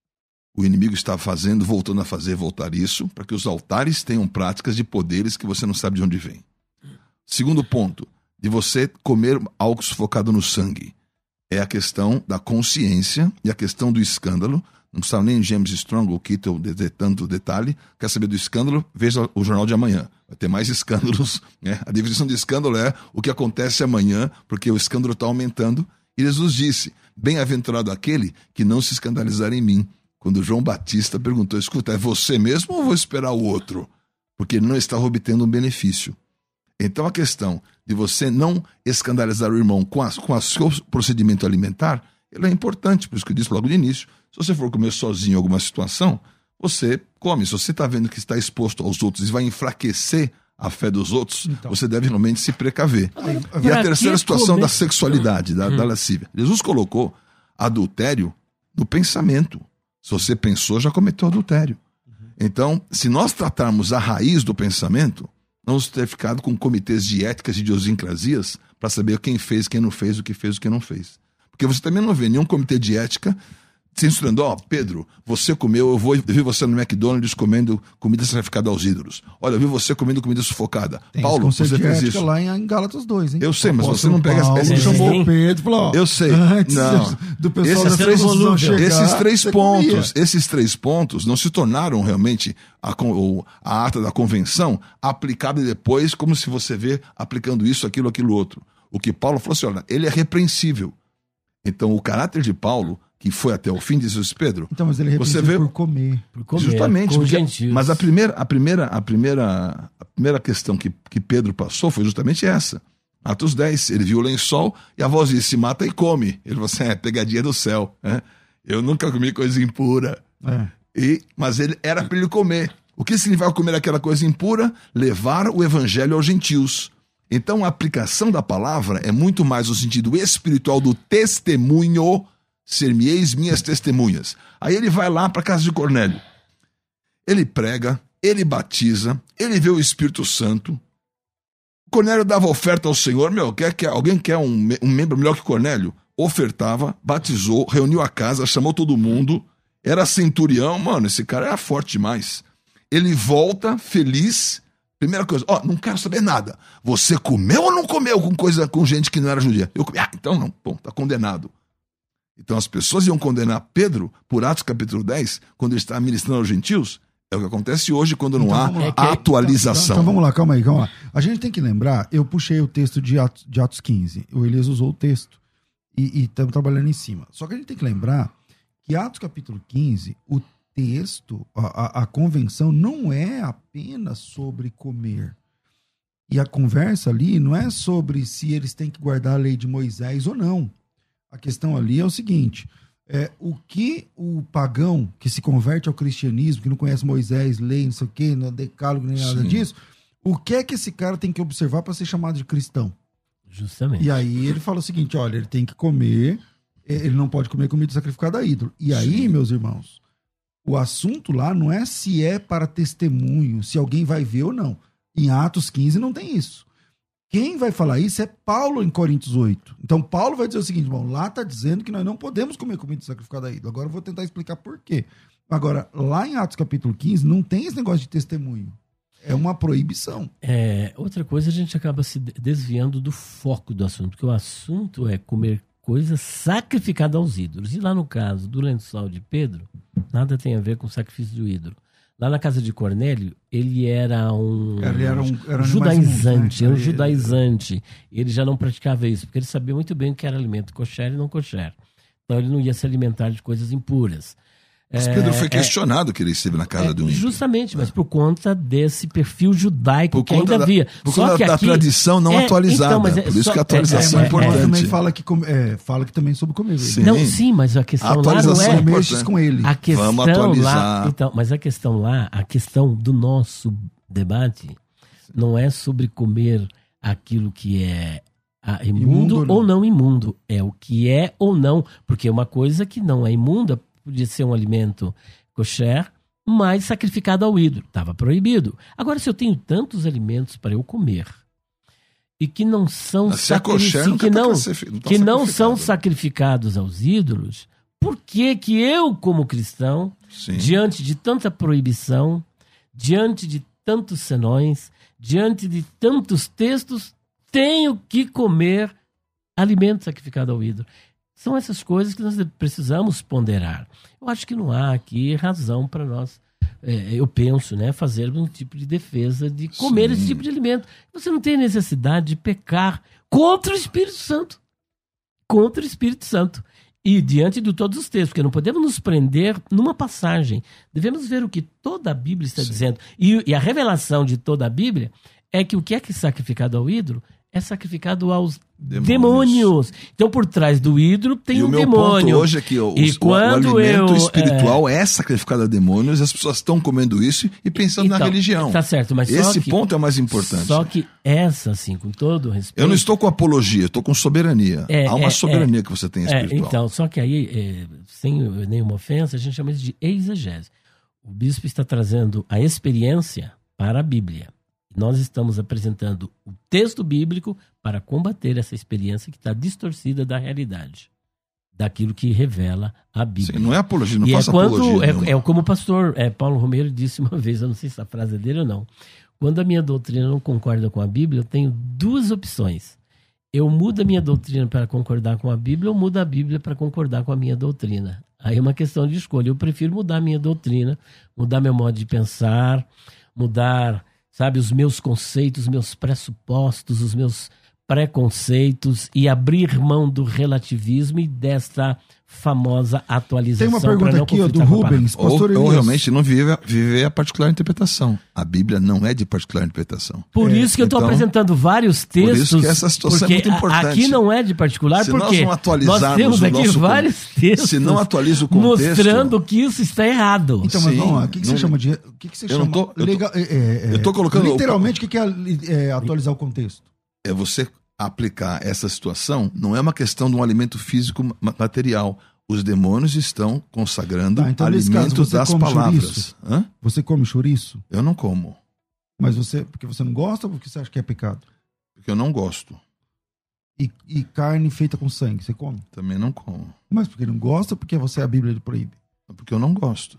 O inimigo está fazendo, voltando a fazer, voltar isso, para que os altares tenham práticas de poderes que você não sabe de onde vem. Segundo ponto, de você comer algo sufocado no sangue. É a questão da consciência e a questão do escândalo. Não está nem em James Strong ou Kittel de, de tanto detalhe. Quer saber do escândalo? Veja o jornal de amanhã. Vai ter mais escândalos. Né? A definição de escândalo é o que acontece amanhã, porque o escândalo está aumentando. E Jesus disse, bem-aventurado aquele que não se escandalizar em mim. Quando João Batista perguntou, escuta, é você mesmo ou vou esperar o outro? Porque ele não estava obtendo um benefício. Então a questão de você não escandalizar o irmão com, a, com o seu procedimento alimentar, ela é importante, por isso que eu disse logo no início, se você for comer sozinho em alguma situação, você come. Se você está vendo que está exposto aos outros e vai enfraquecer a fé dos outros, então, você deve realmente se precaver. Aí, e a terceira situação comer? da sexualidade, da, hum. da lascívia. Jesus colocou adultério no pensamento. Se você pensou, já cometeu adultério. Uhum. Então, se nós tratarmos a raiz do pensamento, vamos ter ficado com comitês de éticas e idiosincrasias para saber quem fez, quem não fez, o que fez, o que não fez. Porque você também não vê nenhum comitê de ética censurando, ó, oh, Pedro, você comeu, eu, vou, eu vi você no McDonald's comendo comida sacrificada aos ídolos. Olha, eu vi você comendo comida sufocada. Tem Paulo, você fez isso. Lá em Gálatas dois, hein? Eu sei, mas você não pega... Paulo esse chamou o Pedro e falou, ó, eu sei, antes não. do pessoal esses, da três, chegar, esses três pontos, comia. esses três pontos não se tornaram realmente a, a ata da convenção aplicada depois, como se você vê aplicando isso, aquilo, aquilo outro. O que Paulo falou assim, olha, ele é repreensível. Então, o caráter de Paulo, que foi até o fim, diz Pedro. Então, mas ele é você vê por comer. Por comer. Justamente. Porque, mas a primeira, a primeira, a primeira, a primeira questão que, que Pedro passou foi justamente essa. Atos dez, ele viu o lençol e a voz disse, mata e come. Ele falou assim, é, pegadinha do céu. Né? Eu nunca comi coisa impura. É. E, mas ele era para ele comer. O que significa comer aquela coisa impura? Levar o evangelho aos gentios. Então, a aplicação da palavra é muito mais no sentido espiritual do testemunho, ser-me-eis minhas testemunhas. Aí ele vai lá para a casa de Cornélio. Ele prega, ele batiza, ele vê o Espírito Santo. Cornélio dava oferta ao Senhor. Meu, quer, quer, alguém quer um, um membro melhor que Cornélio? Ofertava, batizou, reuniu a casa, chamou todo mundo. Era centurião, mano, esse cara era forte demais. Ele volta feliz. Primeira coisa, ó, não quero saber nada. Você comeu ou não comeu com coisa com gente que não era judia? Eu comi. Ah, então não. Bom, tá condenado. Então as pessoas iam condenar Pedro por Atos capítulo dez, quando ele está ministrando aos gentios. É o que acontece hoje quando não então, há é atualização. Então, então vamos lá, calma aí, calma lá. A gente tem que lembrar, eu puxei o texto de Atos, de Atos quinze. O Elias usou o texto. E estamos trabalhando em cima. Só que a gente tem que lembrar que Atos capítulo quinze, o texto, a, a, a convenção não é apenas sobre comer. E a conversa ali não é sobre se eles têm que guardar a lei de Moisés ou não. A questão ali é o seguinte, é, o que o pagão que se converte ao cristianismo, que não conhece Moisés, lei, não sei o quê, não é decálogo, nem nada Sim. disso, o que é que esse cara tem que observar para ser chamado de cristão? Justamente. E aí ele fala o seguinte, olha, ele tem que comer, ele não pode comer comida sacrificada a ídolo. E aí, Sim. meus irmãos, o assunto lá não é se é para testemunho, se alguém vai ver ou não. Em Atos quinze não tem isso. Quem vai falar isso é Paulo em Coríntios oito. Então Paulo vai dizer o seguinte, bom, lá está dizendo que nós não podemos comer comida sacrificada a ídolo. Agora eu vou tentar explicar por quê. Agora, lá em Atos capítulo quinze, não tem esse negócio de testemunho. É uma proibição. É, outra coisa, a gente acaba se desviando do foco do assunto, porque o assunto é comer coisa sacrificada aos ídolos. E lá no caso do lençol de Pedro, nada tem a ver com sacrifício do ídolo. Lá na casa de Cornélio, ele era um, ele era um, era um judaizante, né? era um judaizante. Ele já não praticava isso, porque ele sabia muito bem o que era alimento kosher e não kosher. Então ele não ia se alimentar de coisas impuras. Mas Pedro foi questionado é, que ele esteve na casa é, do ímpio. Justamente, mas por conta desse perfil judaico por que ainda da, havia. Por Só conta que da aqui, tradição não é, atualizada. Então, é por isso só, que a atualização é, é, é importante. Mas também fala que, é, fala que também sobre comer. Sim. Não, sim, mas a questão a lá não é... Mexes com ele. A questão Vamos atualizar. Lá, então, mas a questão lá, a questão do nosso debate não é sobre comer aquilo que é ah, imundo, imundo ou não. não imundo. É o que é ou não. Porque uma coisa que não é imunda podia ser um alimento kosher, mas sacrificado ao ídolo. Estava proibido. Agora, se eu tenho tantos alimentos para eu comer e que não são, sacri... não que não, não que não são sacrificados aos ídolos, por que que eu, como cristão, Sim. diante de tanta proibição, diante de tantos senões, diante de tantos textos, tenho que comer alimento sacrificado ao ídolo? São essas coisas que nós precisamos ponderar. Eu acho que não há aqui razão para nós, é, eu penso, né, fazermos um tipo de defesa de comer Sim. esse tipo de alimento. Você não tem necessidade de pecar contra o Espírito Santo. Contra o Espírito Santo. E diante de todos os textos, porque não podemos nos prender numa passagem. Devemos ver o que toda a Bíblia está Sim. dizendo. E, e a revelação de toda a Bíblia é que o que é que é sacrificado ao ídolo é sacrificado aos demônios. demônios. Então, por trás do ídolo tem e um o meu demônio. Ponto hoje é que o, e o, quando o alimento eu, espiritual é... é sacrificado a demônios e as pessoas estão comendo isso e pensando então, na religião. Tá certo, mas Esse só que, ponto é o mais importante. Só que essa, assim, com todo o respeito... Eu não estou com apologia, eu estou com soberania. É, Há uma é, soberania é, que você tem espiritual. É, então, só que aí, é, sem nenhuma ofensa, a gente chama isso de exegese. O bispo está trazendo a experiência para a Bíblia. Nós estamos apresentando o texto bíblico para combater essa experiência que está distorcida da realidade, daquilo que revela a Bíblia. Sim, não é apologia, não e faça é quando, apologia. É, é como o pastor é, Paulo Romero disse uma vez, eu não sei se a frase é dele ou não, quando a minha doutrina não concorda com a Bíblia, eu tenho duas opções. Eu mudo a minha doutrina para concordar com a Bíblia ou mudo a Bíblia para concordar com a minha doutrina. Aí é uma questão de escolha. Eu prefiro mudar a minha doutrina, mudar meu modo de pensar, mudar... sabe, os meus conceitos, os meus pressupostos, os meus preconceitos e abrir mão do relativismo e desta famosa atualização. Tem uma pergunta aqui ó, do Rubens. Ou, ou realmente não vive, vive a particular interpretação. A Bíblia não é de particular interpretação. Por é, isso que eu estou então, apresentando vários textos. Por isso que essa situação é muito importante. Aqui não é de particular, se porque nós, não nós temos aqui nosso, vários textos se não atualiza o contexto, mostrando que isso está errado. Então, mas vamos lá, o que, que não, você chama de... O que, que você eu chama... Não tô, eu, legal, tô, é, é, eu tô colocando... Literalmente, o que é, é atualizar o contexto? É você aplicar essa situação, não é uma questão de um alimento físico material. Os demônios estão consagrando ah, então, alimentos caso, das palavras. Hã? Você come chouriço? Eu não como. Mas você, porque você não gosta ou porque você acha que é pecado? Porque eu não gosto. E, e carne feita com sangue, você come? Também não como. Mas porque não gosta ou porque você a Bíblia proíbe? Porque eu não gosto.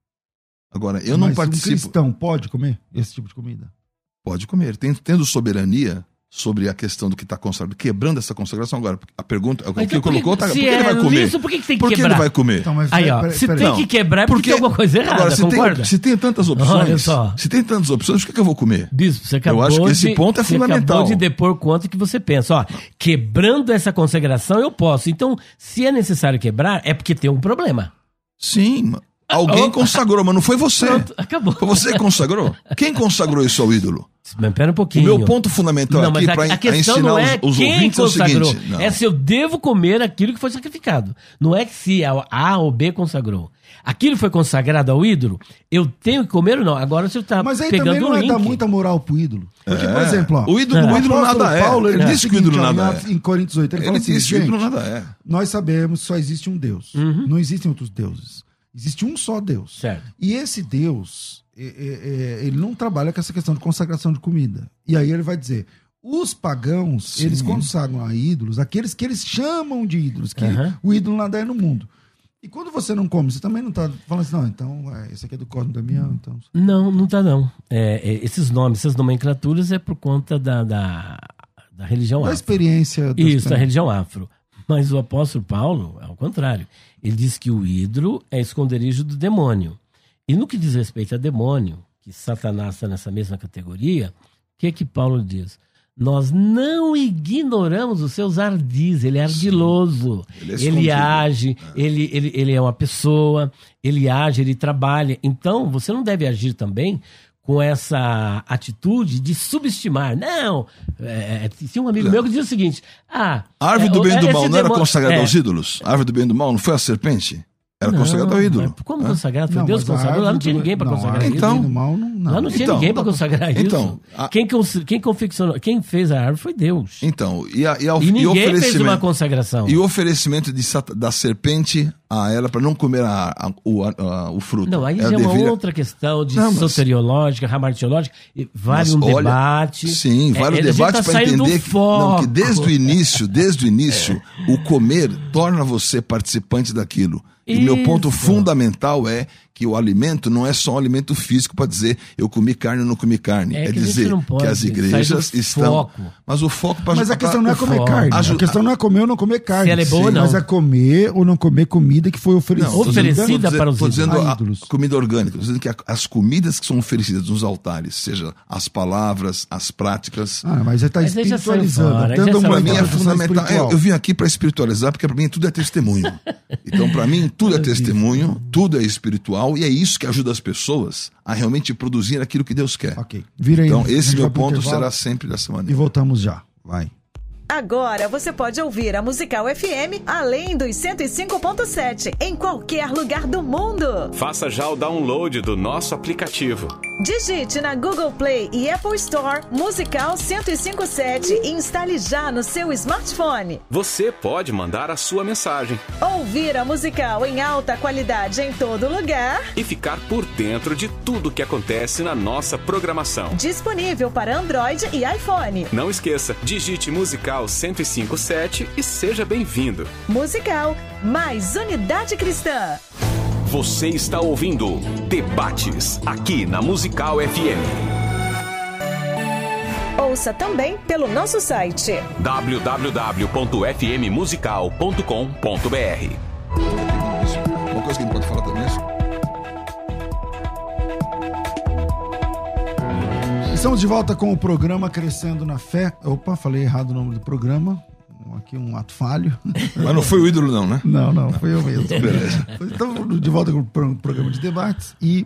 Agora, eu Mas não participo... um cristão pode comer esse tipo de comida? Pode comer. Tendo soberania sobre a questão do que está consagrado, quebrando essa consagração. Agora, a pergunta, o que colocou, tá, por que ele vai comer? Isso, por que, que tem que por que quebrar? ele vai comer? Então, mas, aí, ó, pera, se pera, tem não. que quebrar é porque, porque tem alguma coisa errada, agora, se concorda? Tem, se tem tantas opções, se tem tantas opções, por que, que eu vou comer? Bispo, você acabou eu acho que esse de, ponto é você fundamental. acabou de depor quanto que você pensa. Ó, quebrando essa consagração, eu posso. Então, se é necessário quebrar, é porque tem um problema. Sim, alguém oh, consagrou, mas não foi você. Pronto, acabou. Foi você que consagrou? Quem consagrou isso ao ídolo? Mas pera um pouquinho. O meu ponto fundamental não, aqui para ensinar não é os, os quem ouvintes consagrou, é o seguinte. Não. É se eu devo comer aquilo que foi sacrificado. Não é que se A ou B consagrou. Aquilo foi consagrado ao ídolo, eu tenho que comer ou não? Agora você está pegando o link. Mas aí também não é dar muita moral pro ídolo. Porque, é. por exemplo, ó, o ídolo, é. o ídolo nada é. Paulo, ele é. disse que o ídolo seguinte, nada ó, é. Em Coríntios oito, ele, ele fala assim, disse que o ídolo nada é. Nós sabemos que só existe um Deus. Uhum. Não existem outros deuses. Existe um só Deus. Certo. E esse Deus, é, é, ele não trabalha com essa questão de consagração de comida. E aí ele vai dizer, Os pagãos, Sim. eles consagram a ídolos, aqueles que eles chamam de ídolos, que Uhum. o ídolo nada é no mundo. E quando você não come, você também não tá falando assim, não, então, é, esse aqui é do Cosmo Damião, então... Não, não tá não. É, é, esses nomes, essas nomenclaturas é por conta da, da, da religião Da afro. experiência... dos- Isso, da religião afro. Mas o apóstolo Paulo, ao contrário, ele diz que o ídolo é esconderijo do demônio. E no que diz respeito a demônio, que Satanás está nessa mesma categoria, o que é que Paulo diz? Nós não ignoramos os seus ardis, ele é ardiloso, Ele é ele escondido. age, Ele, ele, ele é uma pessoa, ele age, ele trabalha. Então, você não deve agir também com essa atitude de subestimar. Não, é, tinha um amigo meu que dizia o seguinte, ah... A árvore é, do bem e do esse mal não era demônio- consagrada é, aos ídolos? A árvore do bem e do mal não foi a serpente? Era não, consagrada ao ídolo. mas Como Hã? consagrado? Foi Não, Deus mas a consagrou. Lá não árvore tinha do- ninguém para não, a consagrar árvore isso. do bem Então- e do mal, não, não. Lá não tinha Então- ninguém para consagrar isso. Então, a- quem, cons- quem confeccionou, quem fez a árvore foi Deus. Então, e, a, e, a, E e ninguém fez uma oferecimento, consagração. e o oferecimento de, sat- da serpente a ela para não comer a, a- o, a- a- o fruto. Não, aí Ela já é uma deveria- outra questão de Não, mas- soteriológica, ramartiológica. e Vale Mas um olha, debate. Sim, É, vários a gente debates tá para saindo do entender que, foco. não, que desde o início, desde o início, o comer torna você participante daquilo. E o meu ponto Isso. fundamental é que o alimento não é só um alimento físico para dizer eu comi carne ou não comi carne. É É, que a gente dizer não pode que as sair igrejas do estão. foco. Mas o foco para Mas a questão não é comer foco. carne. Aju- A questão não é comer ou não comer carne. Se ela é boa ou não. Mas é comer ou não comer comida que foi oferecida. Não, tô dizendo- Oferecida tô dizendo- para os tô dizendo ídolos. a ídolos. comida orgânica. Tô dizendo que a- as comidas que são oferecidas nos altares, seja as palavras, as práticas. Ah, mas está Mas aí já saiu espiritualizando. fora, Tendo já uma saiu Para mim é fora. questão fundamental. espiritual. Eu, eu vim aqui para espiritualizar, porque para mim tudo é testemunho. Então, para mim, tudo é testemunho, tudo é espiritual, e é isso que ajuda as pessoas a realmente produzir aquilo que Deus quer. Ok, vira aí. Então, A esse gente meu vai pro ponto intervalo será sempre dessa E maneira. voltamos já. Vai. Agora você pode ouvir a Musical F M além dos cento e cinco ponto sete em qualquer lugar do mundo. Faça já o download do nosso aplicativo. Digite na Google Play e Apple Store Musical cento e cinco ponto sete e instale já no seu smartphone. Você pode mandar a sua mensagem Ouvir a Musical em alta qualidade em todo lugar. e ficar por dentro de tudo que acontece na nossa programação. Disponível para Android e iPhone. Não esqueça, digite Musical cento e cinco ponto sete e seja bem-vindo. Musical mais unidade cristã. Você está ouvindo Debates aqui na Musical F M. Ouça também pelo nosso site. w w w ponto f m musical ponto com ponto b r. Uma coisa que a gente pode falar também é Estamos de volta com o programa Crescendo na Fé. Opa, falei errado o nome do programa. Aqui um ato falho. Mas não foi o ídolo, não, né? Não, não, foi eu mesmo. Estamos de volta com o pro- programa de debates e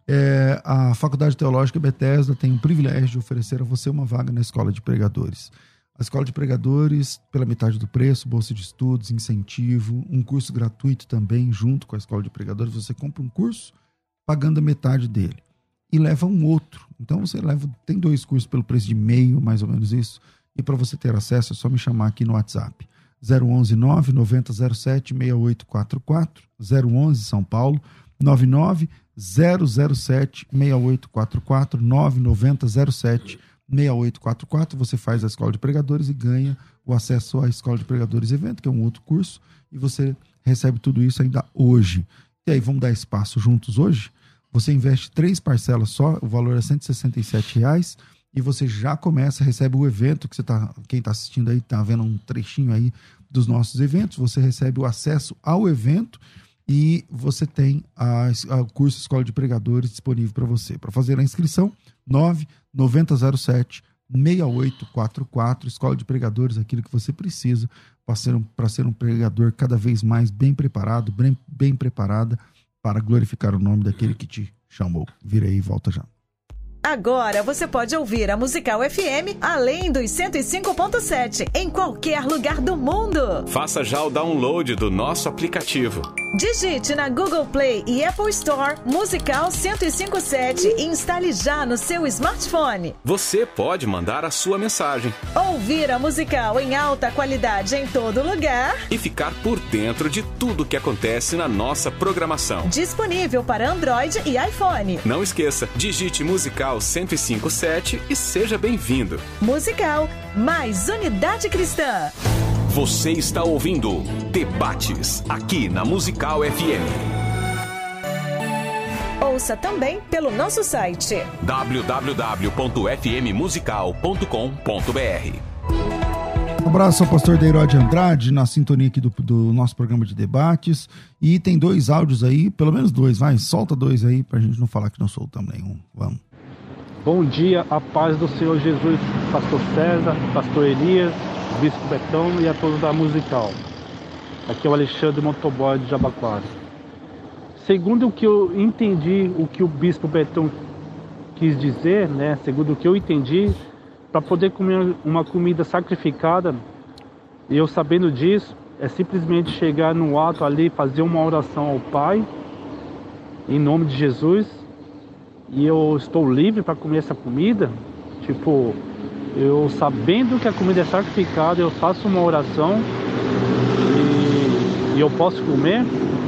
é, a Faculdade Teológica Bethesda tem o privilégio de oferecer a você uma vaga na Escola de Pregadores. A Escola de Pregadores, pela metade do preço, bolsa de estudos, incentivo, um curso gratuito também, junto com a Escola de Pregadores. Você compra um curso pagando a metade dele e leva um outro. Então você leva, tem dois cursos pelo preço de meio, mais ou menos isso. E para você ter acesso é só me chamar aqui no WhatsApp. zero onze nove noventa zero sete seis oito quatro quatro, zero onze São Paulo, nove nove zero zero sete seis oito quatro quatro, nove nove zero sete seis oito quatro quatro. Você faz a Escola de Pregadores e ganha o acesso à Escola de Pregadores Evento, que é um outro curso, e você recebe tudo isso ainda hoje. E aí, vamos dar espaço juntos hoje? Você investe três parcelas só, o valor é cento e sessenta e sete reais, e você já começa, recebe o evento, que você tá, quem está assistindo aí está vendo um trechinho aí dos nossos eventos, você recebe o acesso ao evento e você tem a, a, o curso Escola de Pregadores disponível para você. Para fazer a inscrição, nove nove zero sete seis oito quatro quatro, Escola de Pregadores, aquilo que você precisa para ser, um, para ser um pregador cada vez mais bem preparado, bem, bem preparada para glorificar o nome daquele que te chamou. Vira aí e volta já. Agora você pode ouvir a Musical F M além dos cento e cinco ponto sete em qualquer lugar do mundo. Faça já o download do nosso aplicativo. Digite na Google Play e Apple Store Musical cento e cinco ponto sete e instale já no seu smartphone. Você pode mandar a sua mensagem Ouvir a Musical em alta qualidade em todo lugar. e ficar por dentro de tudo que acontece na nossa programação. Disponível para Android e iPhone. Não esqueça, digite Musical Musical cento e cinco ponto sete e seja bem-vindo. Musical, mais unidade cristã. Você está ouvindo Debates, aqui na Musical F M. Ouça também pelo nosso site w w w ponto f m musical ponto com ponto b r. Um abraço ao pastor Deirode Andrade, na sintonia aqui do, do nosso programa de debates. E tem dois áudios aí, pelo menos dois, vai, solta dois aí pra gente não falar que não soltamos nenhum. Vamos. Bom dia, a paz do Senhor Jesus, pastor César, pastor Elias, bispo Betão e a todos da Musical. Aqui é o Alexandre Motoboy de Jabaquara. Segundo o que eu entendi, o que o bispo Betão quis dizer, né? Segundo o que eu entendi, para poder comer uma comida sacrificada, e eu sabendo disso, é simplesmente chegar no ato ali, fazer uma oração ao Pai, em nome de Jesus, e eu estou livre para comer essa comida. Tipo, eu sabendo que a comida é sacrificada, eu faço uma oração e, e eu posso comer.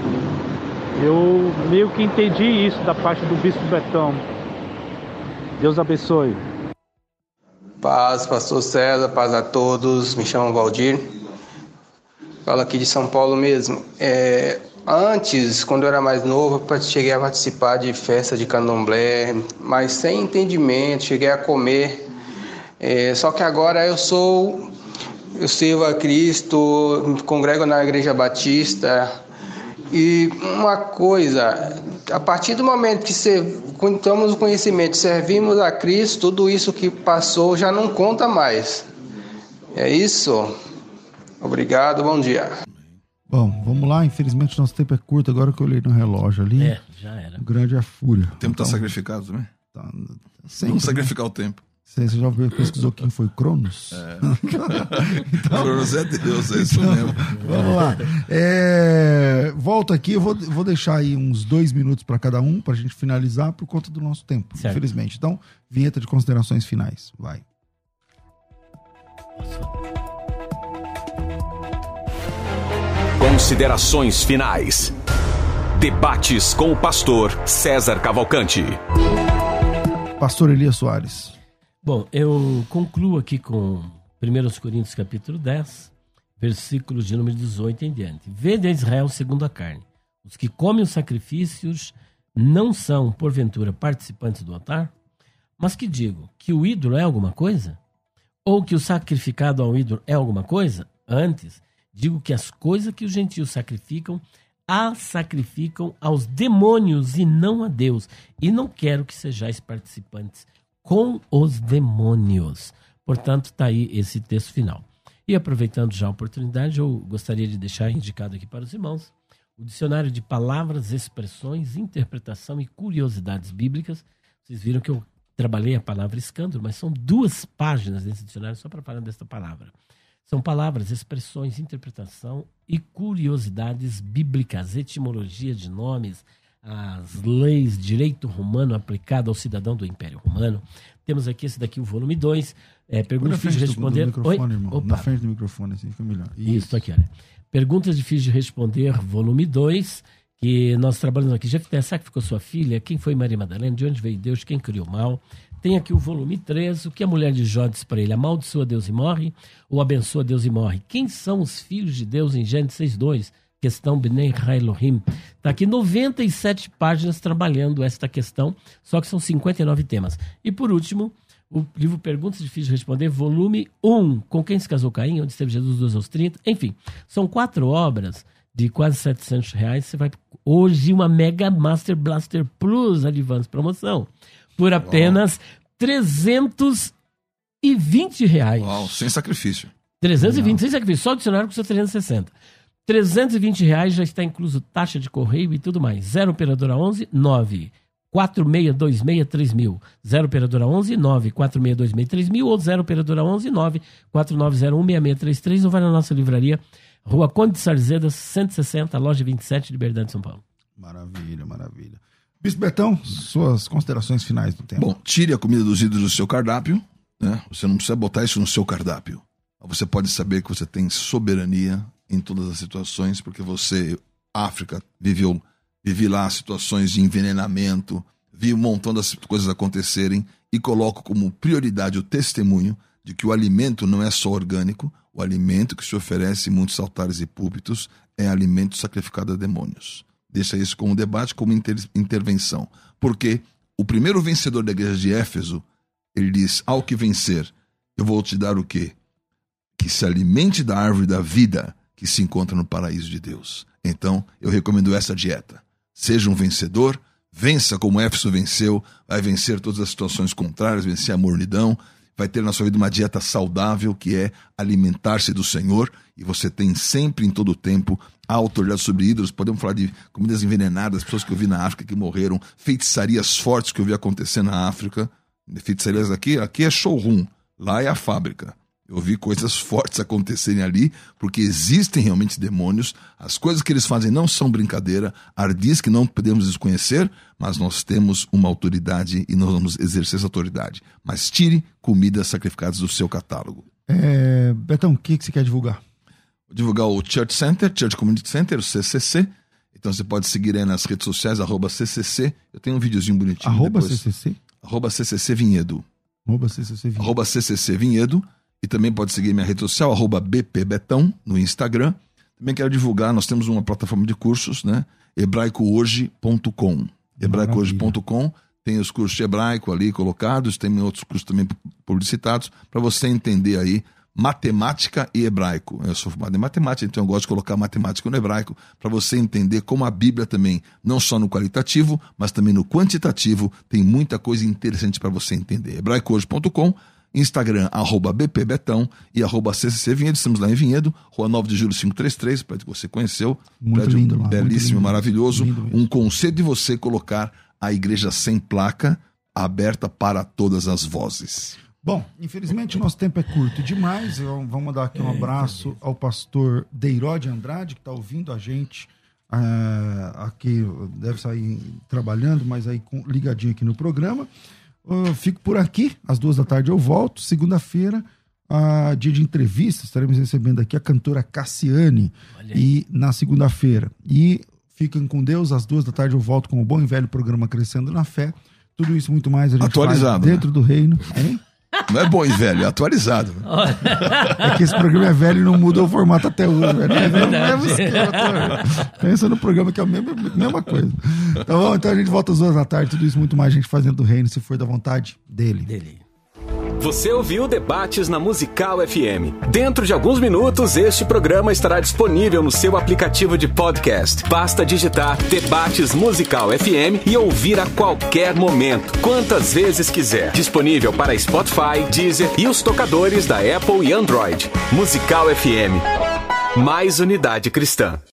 Eu meio que entendi isso da parte do bispo Betão. Deus abençoe. Paz, pastor César, paz a todos. Me chamo Valdir. Falo aqui de São Paulo mesmo. É, antes, quando eu era mais novo, eu cheguei a participar de festa de candomblé, mas sem entendimento, cheguei a comer. É, só que agora eu sou, eu sirvo a Cristo, congrego na Igreja Batista. E uma coisa, a partir do momento que temos o conhecimento, servimos a Cristo, tudo isso que passou já não conta mais. É isso. Obrigado, bom dia. Bom, vamos lá. Infelizmente nosso tempo é curto, agora que eu olhei no relógio ali. É, já era. O grande é a fúria. O tempo está então, sacrificado também? Tá, sempre, Vamos sacrificar né? o tempo. Você já pesquisou quem foi Cronos? É. então, Cronos é Deus, é isso então, mesmo. Vamos lá. É, volta aqui, eu vou, vou deixar aí uns dois minutos para cada um, para a gente finalizar por conta do nosso tempo, certo. Infelizmente. Então, vinheta de considerações finais. Vai. Considerações finais. Debates com o pastor César Cavalcante. Pastor Elias Soares. Bom, eu concluo aqui com primeira Coríntios capítulo dez, versículos de número dezoito em diante. Vede a Israel segundo a carne. Os que comem os sacrifícios não são, porventura, participantes do altar? Mas que digo? Que o ídolo é alguma coisa? Ou que o sacrificado ao ídolo é alguma coisa? Antes, digo que as coisas que os gentios sacrificam, as sacrificam aos demônios e não a Deus. E não quero que sejais participantes com os demônios. Portanto, está aí esse texto final. E aproveitando já a oportunidade, eu gostaria de deixar indicado aqui para os irmãos o dicionário de palavras, expressões, interpretação e curiosidades bíblicas. Vocês viram que eu trabalhei a palavra escândalo, mas são duas páginas desse dicionário só para falar desta palavra. São palavras, expressões, interpretação e curiosidades bíblicas, etimologia de nomes, as leis, direito romano aplicado ao cidadão do Império Romano. Temos aqui esse daqui, o volume dois. É, perguntas difíceis de responder. Do microfone, irmão. Opa. Na frente do microfone, assim fica melhor. Isso, Isso aqui, olha. Perguntas difíceis de responder, volume dois, que nós trabalhamos aqui. Jefté, sacrificou sua filha? Quem foi Maria Madalena? De onde veio Deus? Quem criou o mal? Tem aqui o volume três, o que a mulher de Jó diz para ele? Amaldiçoa Deus e morre? Ou abençoa Deus e morre? Quem são os filhos de Deus em Gênesis seis dois? Questão Bnei Elohim. Está aqui noventa e sete páginas trabalhando esta questão, só que são cinquenta e nove temas. E por último, o livro Perguntas Difíceis de Responder, volume um, Com Quem se Casou Caim, Onde Esteve Jesus, dois aos trinta. Enfim, são quatro obras de quase setecentos reais. Você vai hoje uma Mega Master Blaster Plus Advance promoção por apenas Uau. trezentos e vinte reais. Uau, sem sacrifício. trezentos e vinte, sem sacrifício. Só o dicionário custa trezentos e sessenta. trezentos e vinte reais, já está incluso taxa de correio e tudo mais. zero operadora onze nove quatro seis dois seis três mil. zero operadora onze nove quatro seis dois seis três mil ou zero operadora onze nove quatro nove zero um seis seis três três ou vai na nossa livraria, Rua Conde de Sarzeda, cento e sessenta, loja vinte e sete, Liberdade, São Paulo. Maravilha, maravilha. Bispo Betão, suas considerações finais do tempo. Bom, tire a comida dos ídolos do seu cardápio, né? Você não precisa botar isso no seu cardápio. Você pode saber que você tem soberania em todas as situações, porque você, África, viveu, vive lá situações de envenenamento, vi um montão das coisas acontecerem e coloco como prioridade o testemunho de que o alimento não é só orgânico, o alimento que se oferece em muitos altares e púlpitos é alimento sacrificado a demônios. Deixa isso como debate, como inter- intervenção. Porque o primeiro vencedor da igreja de Éfeso, ele diz, ao que vencer, eu vou te dar o quê? Que se alimente da árvore da vida que se encontra no paraíso de Deus. Então, eu recomendo essa dieta. Seja um vencedor, vença como Éfeso venceu, vai vencer todas as situações contrárias, vencer a mornidão, vai ter na sua vida uma dieta saudável, que é alimentar-se do Senhor, e você tem sempre, em todo o tempo, a autoridade sobre ídolos. Podemos falar de comidas envenenadas, pessoas que eu vi na África que morreram, feitiçarias fortes que eu vi acontecer na África. Feitiçarias aqui, aqui é showroom, lá é a fábrica. Eu vi coisas fortes acontecerem ali, porque existem realmente demônios. As coisas que eles fazem não são brincadeira. Ardis que não podemos desconhecer, mas nós temos uma autoridade e nós vamos exercer essa autoridade. Mas tire comidas sacrificadas do seu catálogo. É, Betão, o que, que você quer divulgar? Vou divulgar o Church Center, Church Community Center, o C C C. Então você pode seguir aí nas redes sociais, arroba C C C. Eu tenho um videozinho bonitinho. Arroba depois. C C C? Arroba C C C Vinhedo. Arroba C C C Vinhedo. Arroba C C C Vinhedo. E também pode seguir minha rede social, arroba B P Betão, no Instagram. Também quero divulgar, nós temos uma plataforma de cursos, né? hebraico hoje ponto com. hebraico hoje ponto com. Tem os cursos de hebraico ali colocados, tem outros cursos também publicitados, para você entender aí matemática e hebraico. Eu sou formado em matemática, então eu gosto de colocar matemática no hebraico, para você entender como a Bíblia também, não só no qualitativo, mas também no quantitativo, tem muita coisa interessante para você entender. hebraico hoje ponto com. Instagram, arroba B P Betão e arroba C C C Vinhedo. Estamos lá em Vinhedo, Rua nove de Julho quinhentos e trinta e três, prédio que você conheceu. Muito prédio lindo lá, belíssimo, muito lindo, maravilhoso. lindo um conselho de você colocar a igreja sem placa, aberta para todas as vozes. Bom, infelizmente o nosso tempo é curto demais. Eu, vamos dar aqui um abraço ao pastor Deirode Andrade, que está ouvindo a gente. Uh, aqui, deve sair trabalhando, mas aí com, ligadinho aqui no programa. Eu fico por aqui, às duas da tarde eu volto. Segunda-feira, uh, dia de entrevista, estaremos recebendo aqui a cantora Cassiane. E na segunda-feira. E fiquem com Deus, às duas da tarde eu volto com o bom e velho programa Crescendo na Fé. Tudo isso muito mais a gente atualizado, faz dentro né? do reino. Hein? Não é bom e velho, é atualizado. É que esse programa é velho e não muda o formato até hoje. Velho. É verdade. Pensa no programa que é a mesma, mesma coisa. Então, bom, então a gente volta às duas da tarde. Tudo isso muito mais a gente fazendo do reino, se for da vontade dele. Dele. Você ouviu Debates na Musical F M. Dentro de alguns minutos, este programa estará disponível no seu aplicativo de podcast. Basta digitar Debates Musical F M e ouvir a qualquer momento, quantas vezes quiser. Disponível para Spotify, Deezer e os tocadores da Apple e Android. Musical F M. Mais unidade cristã.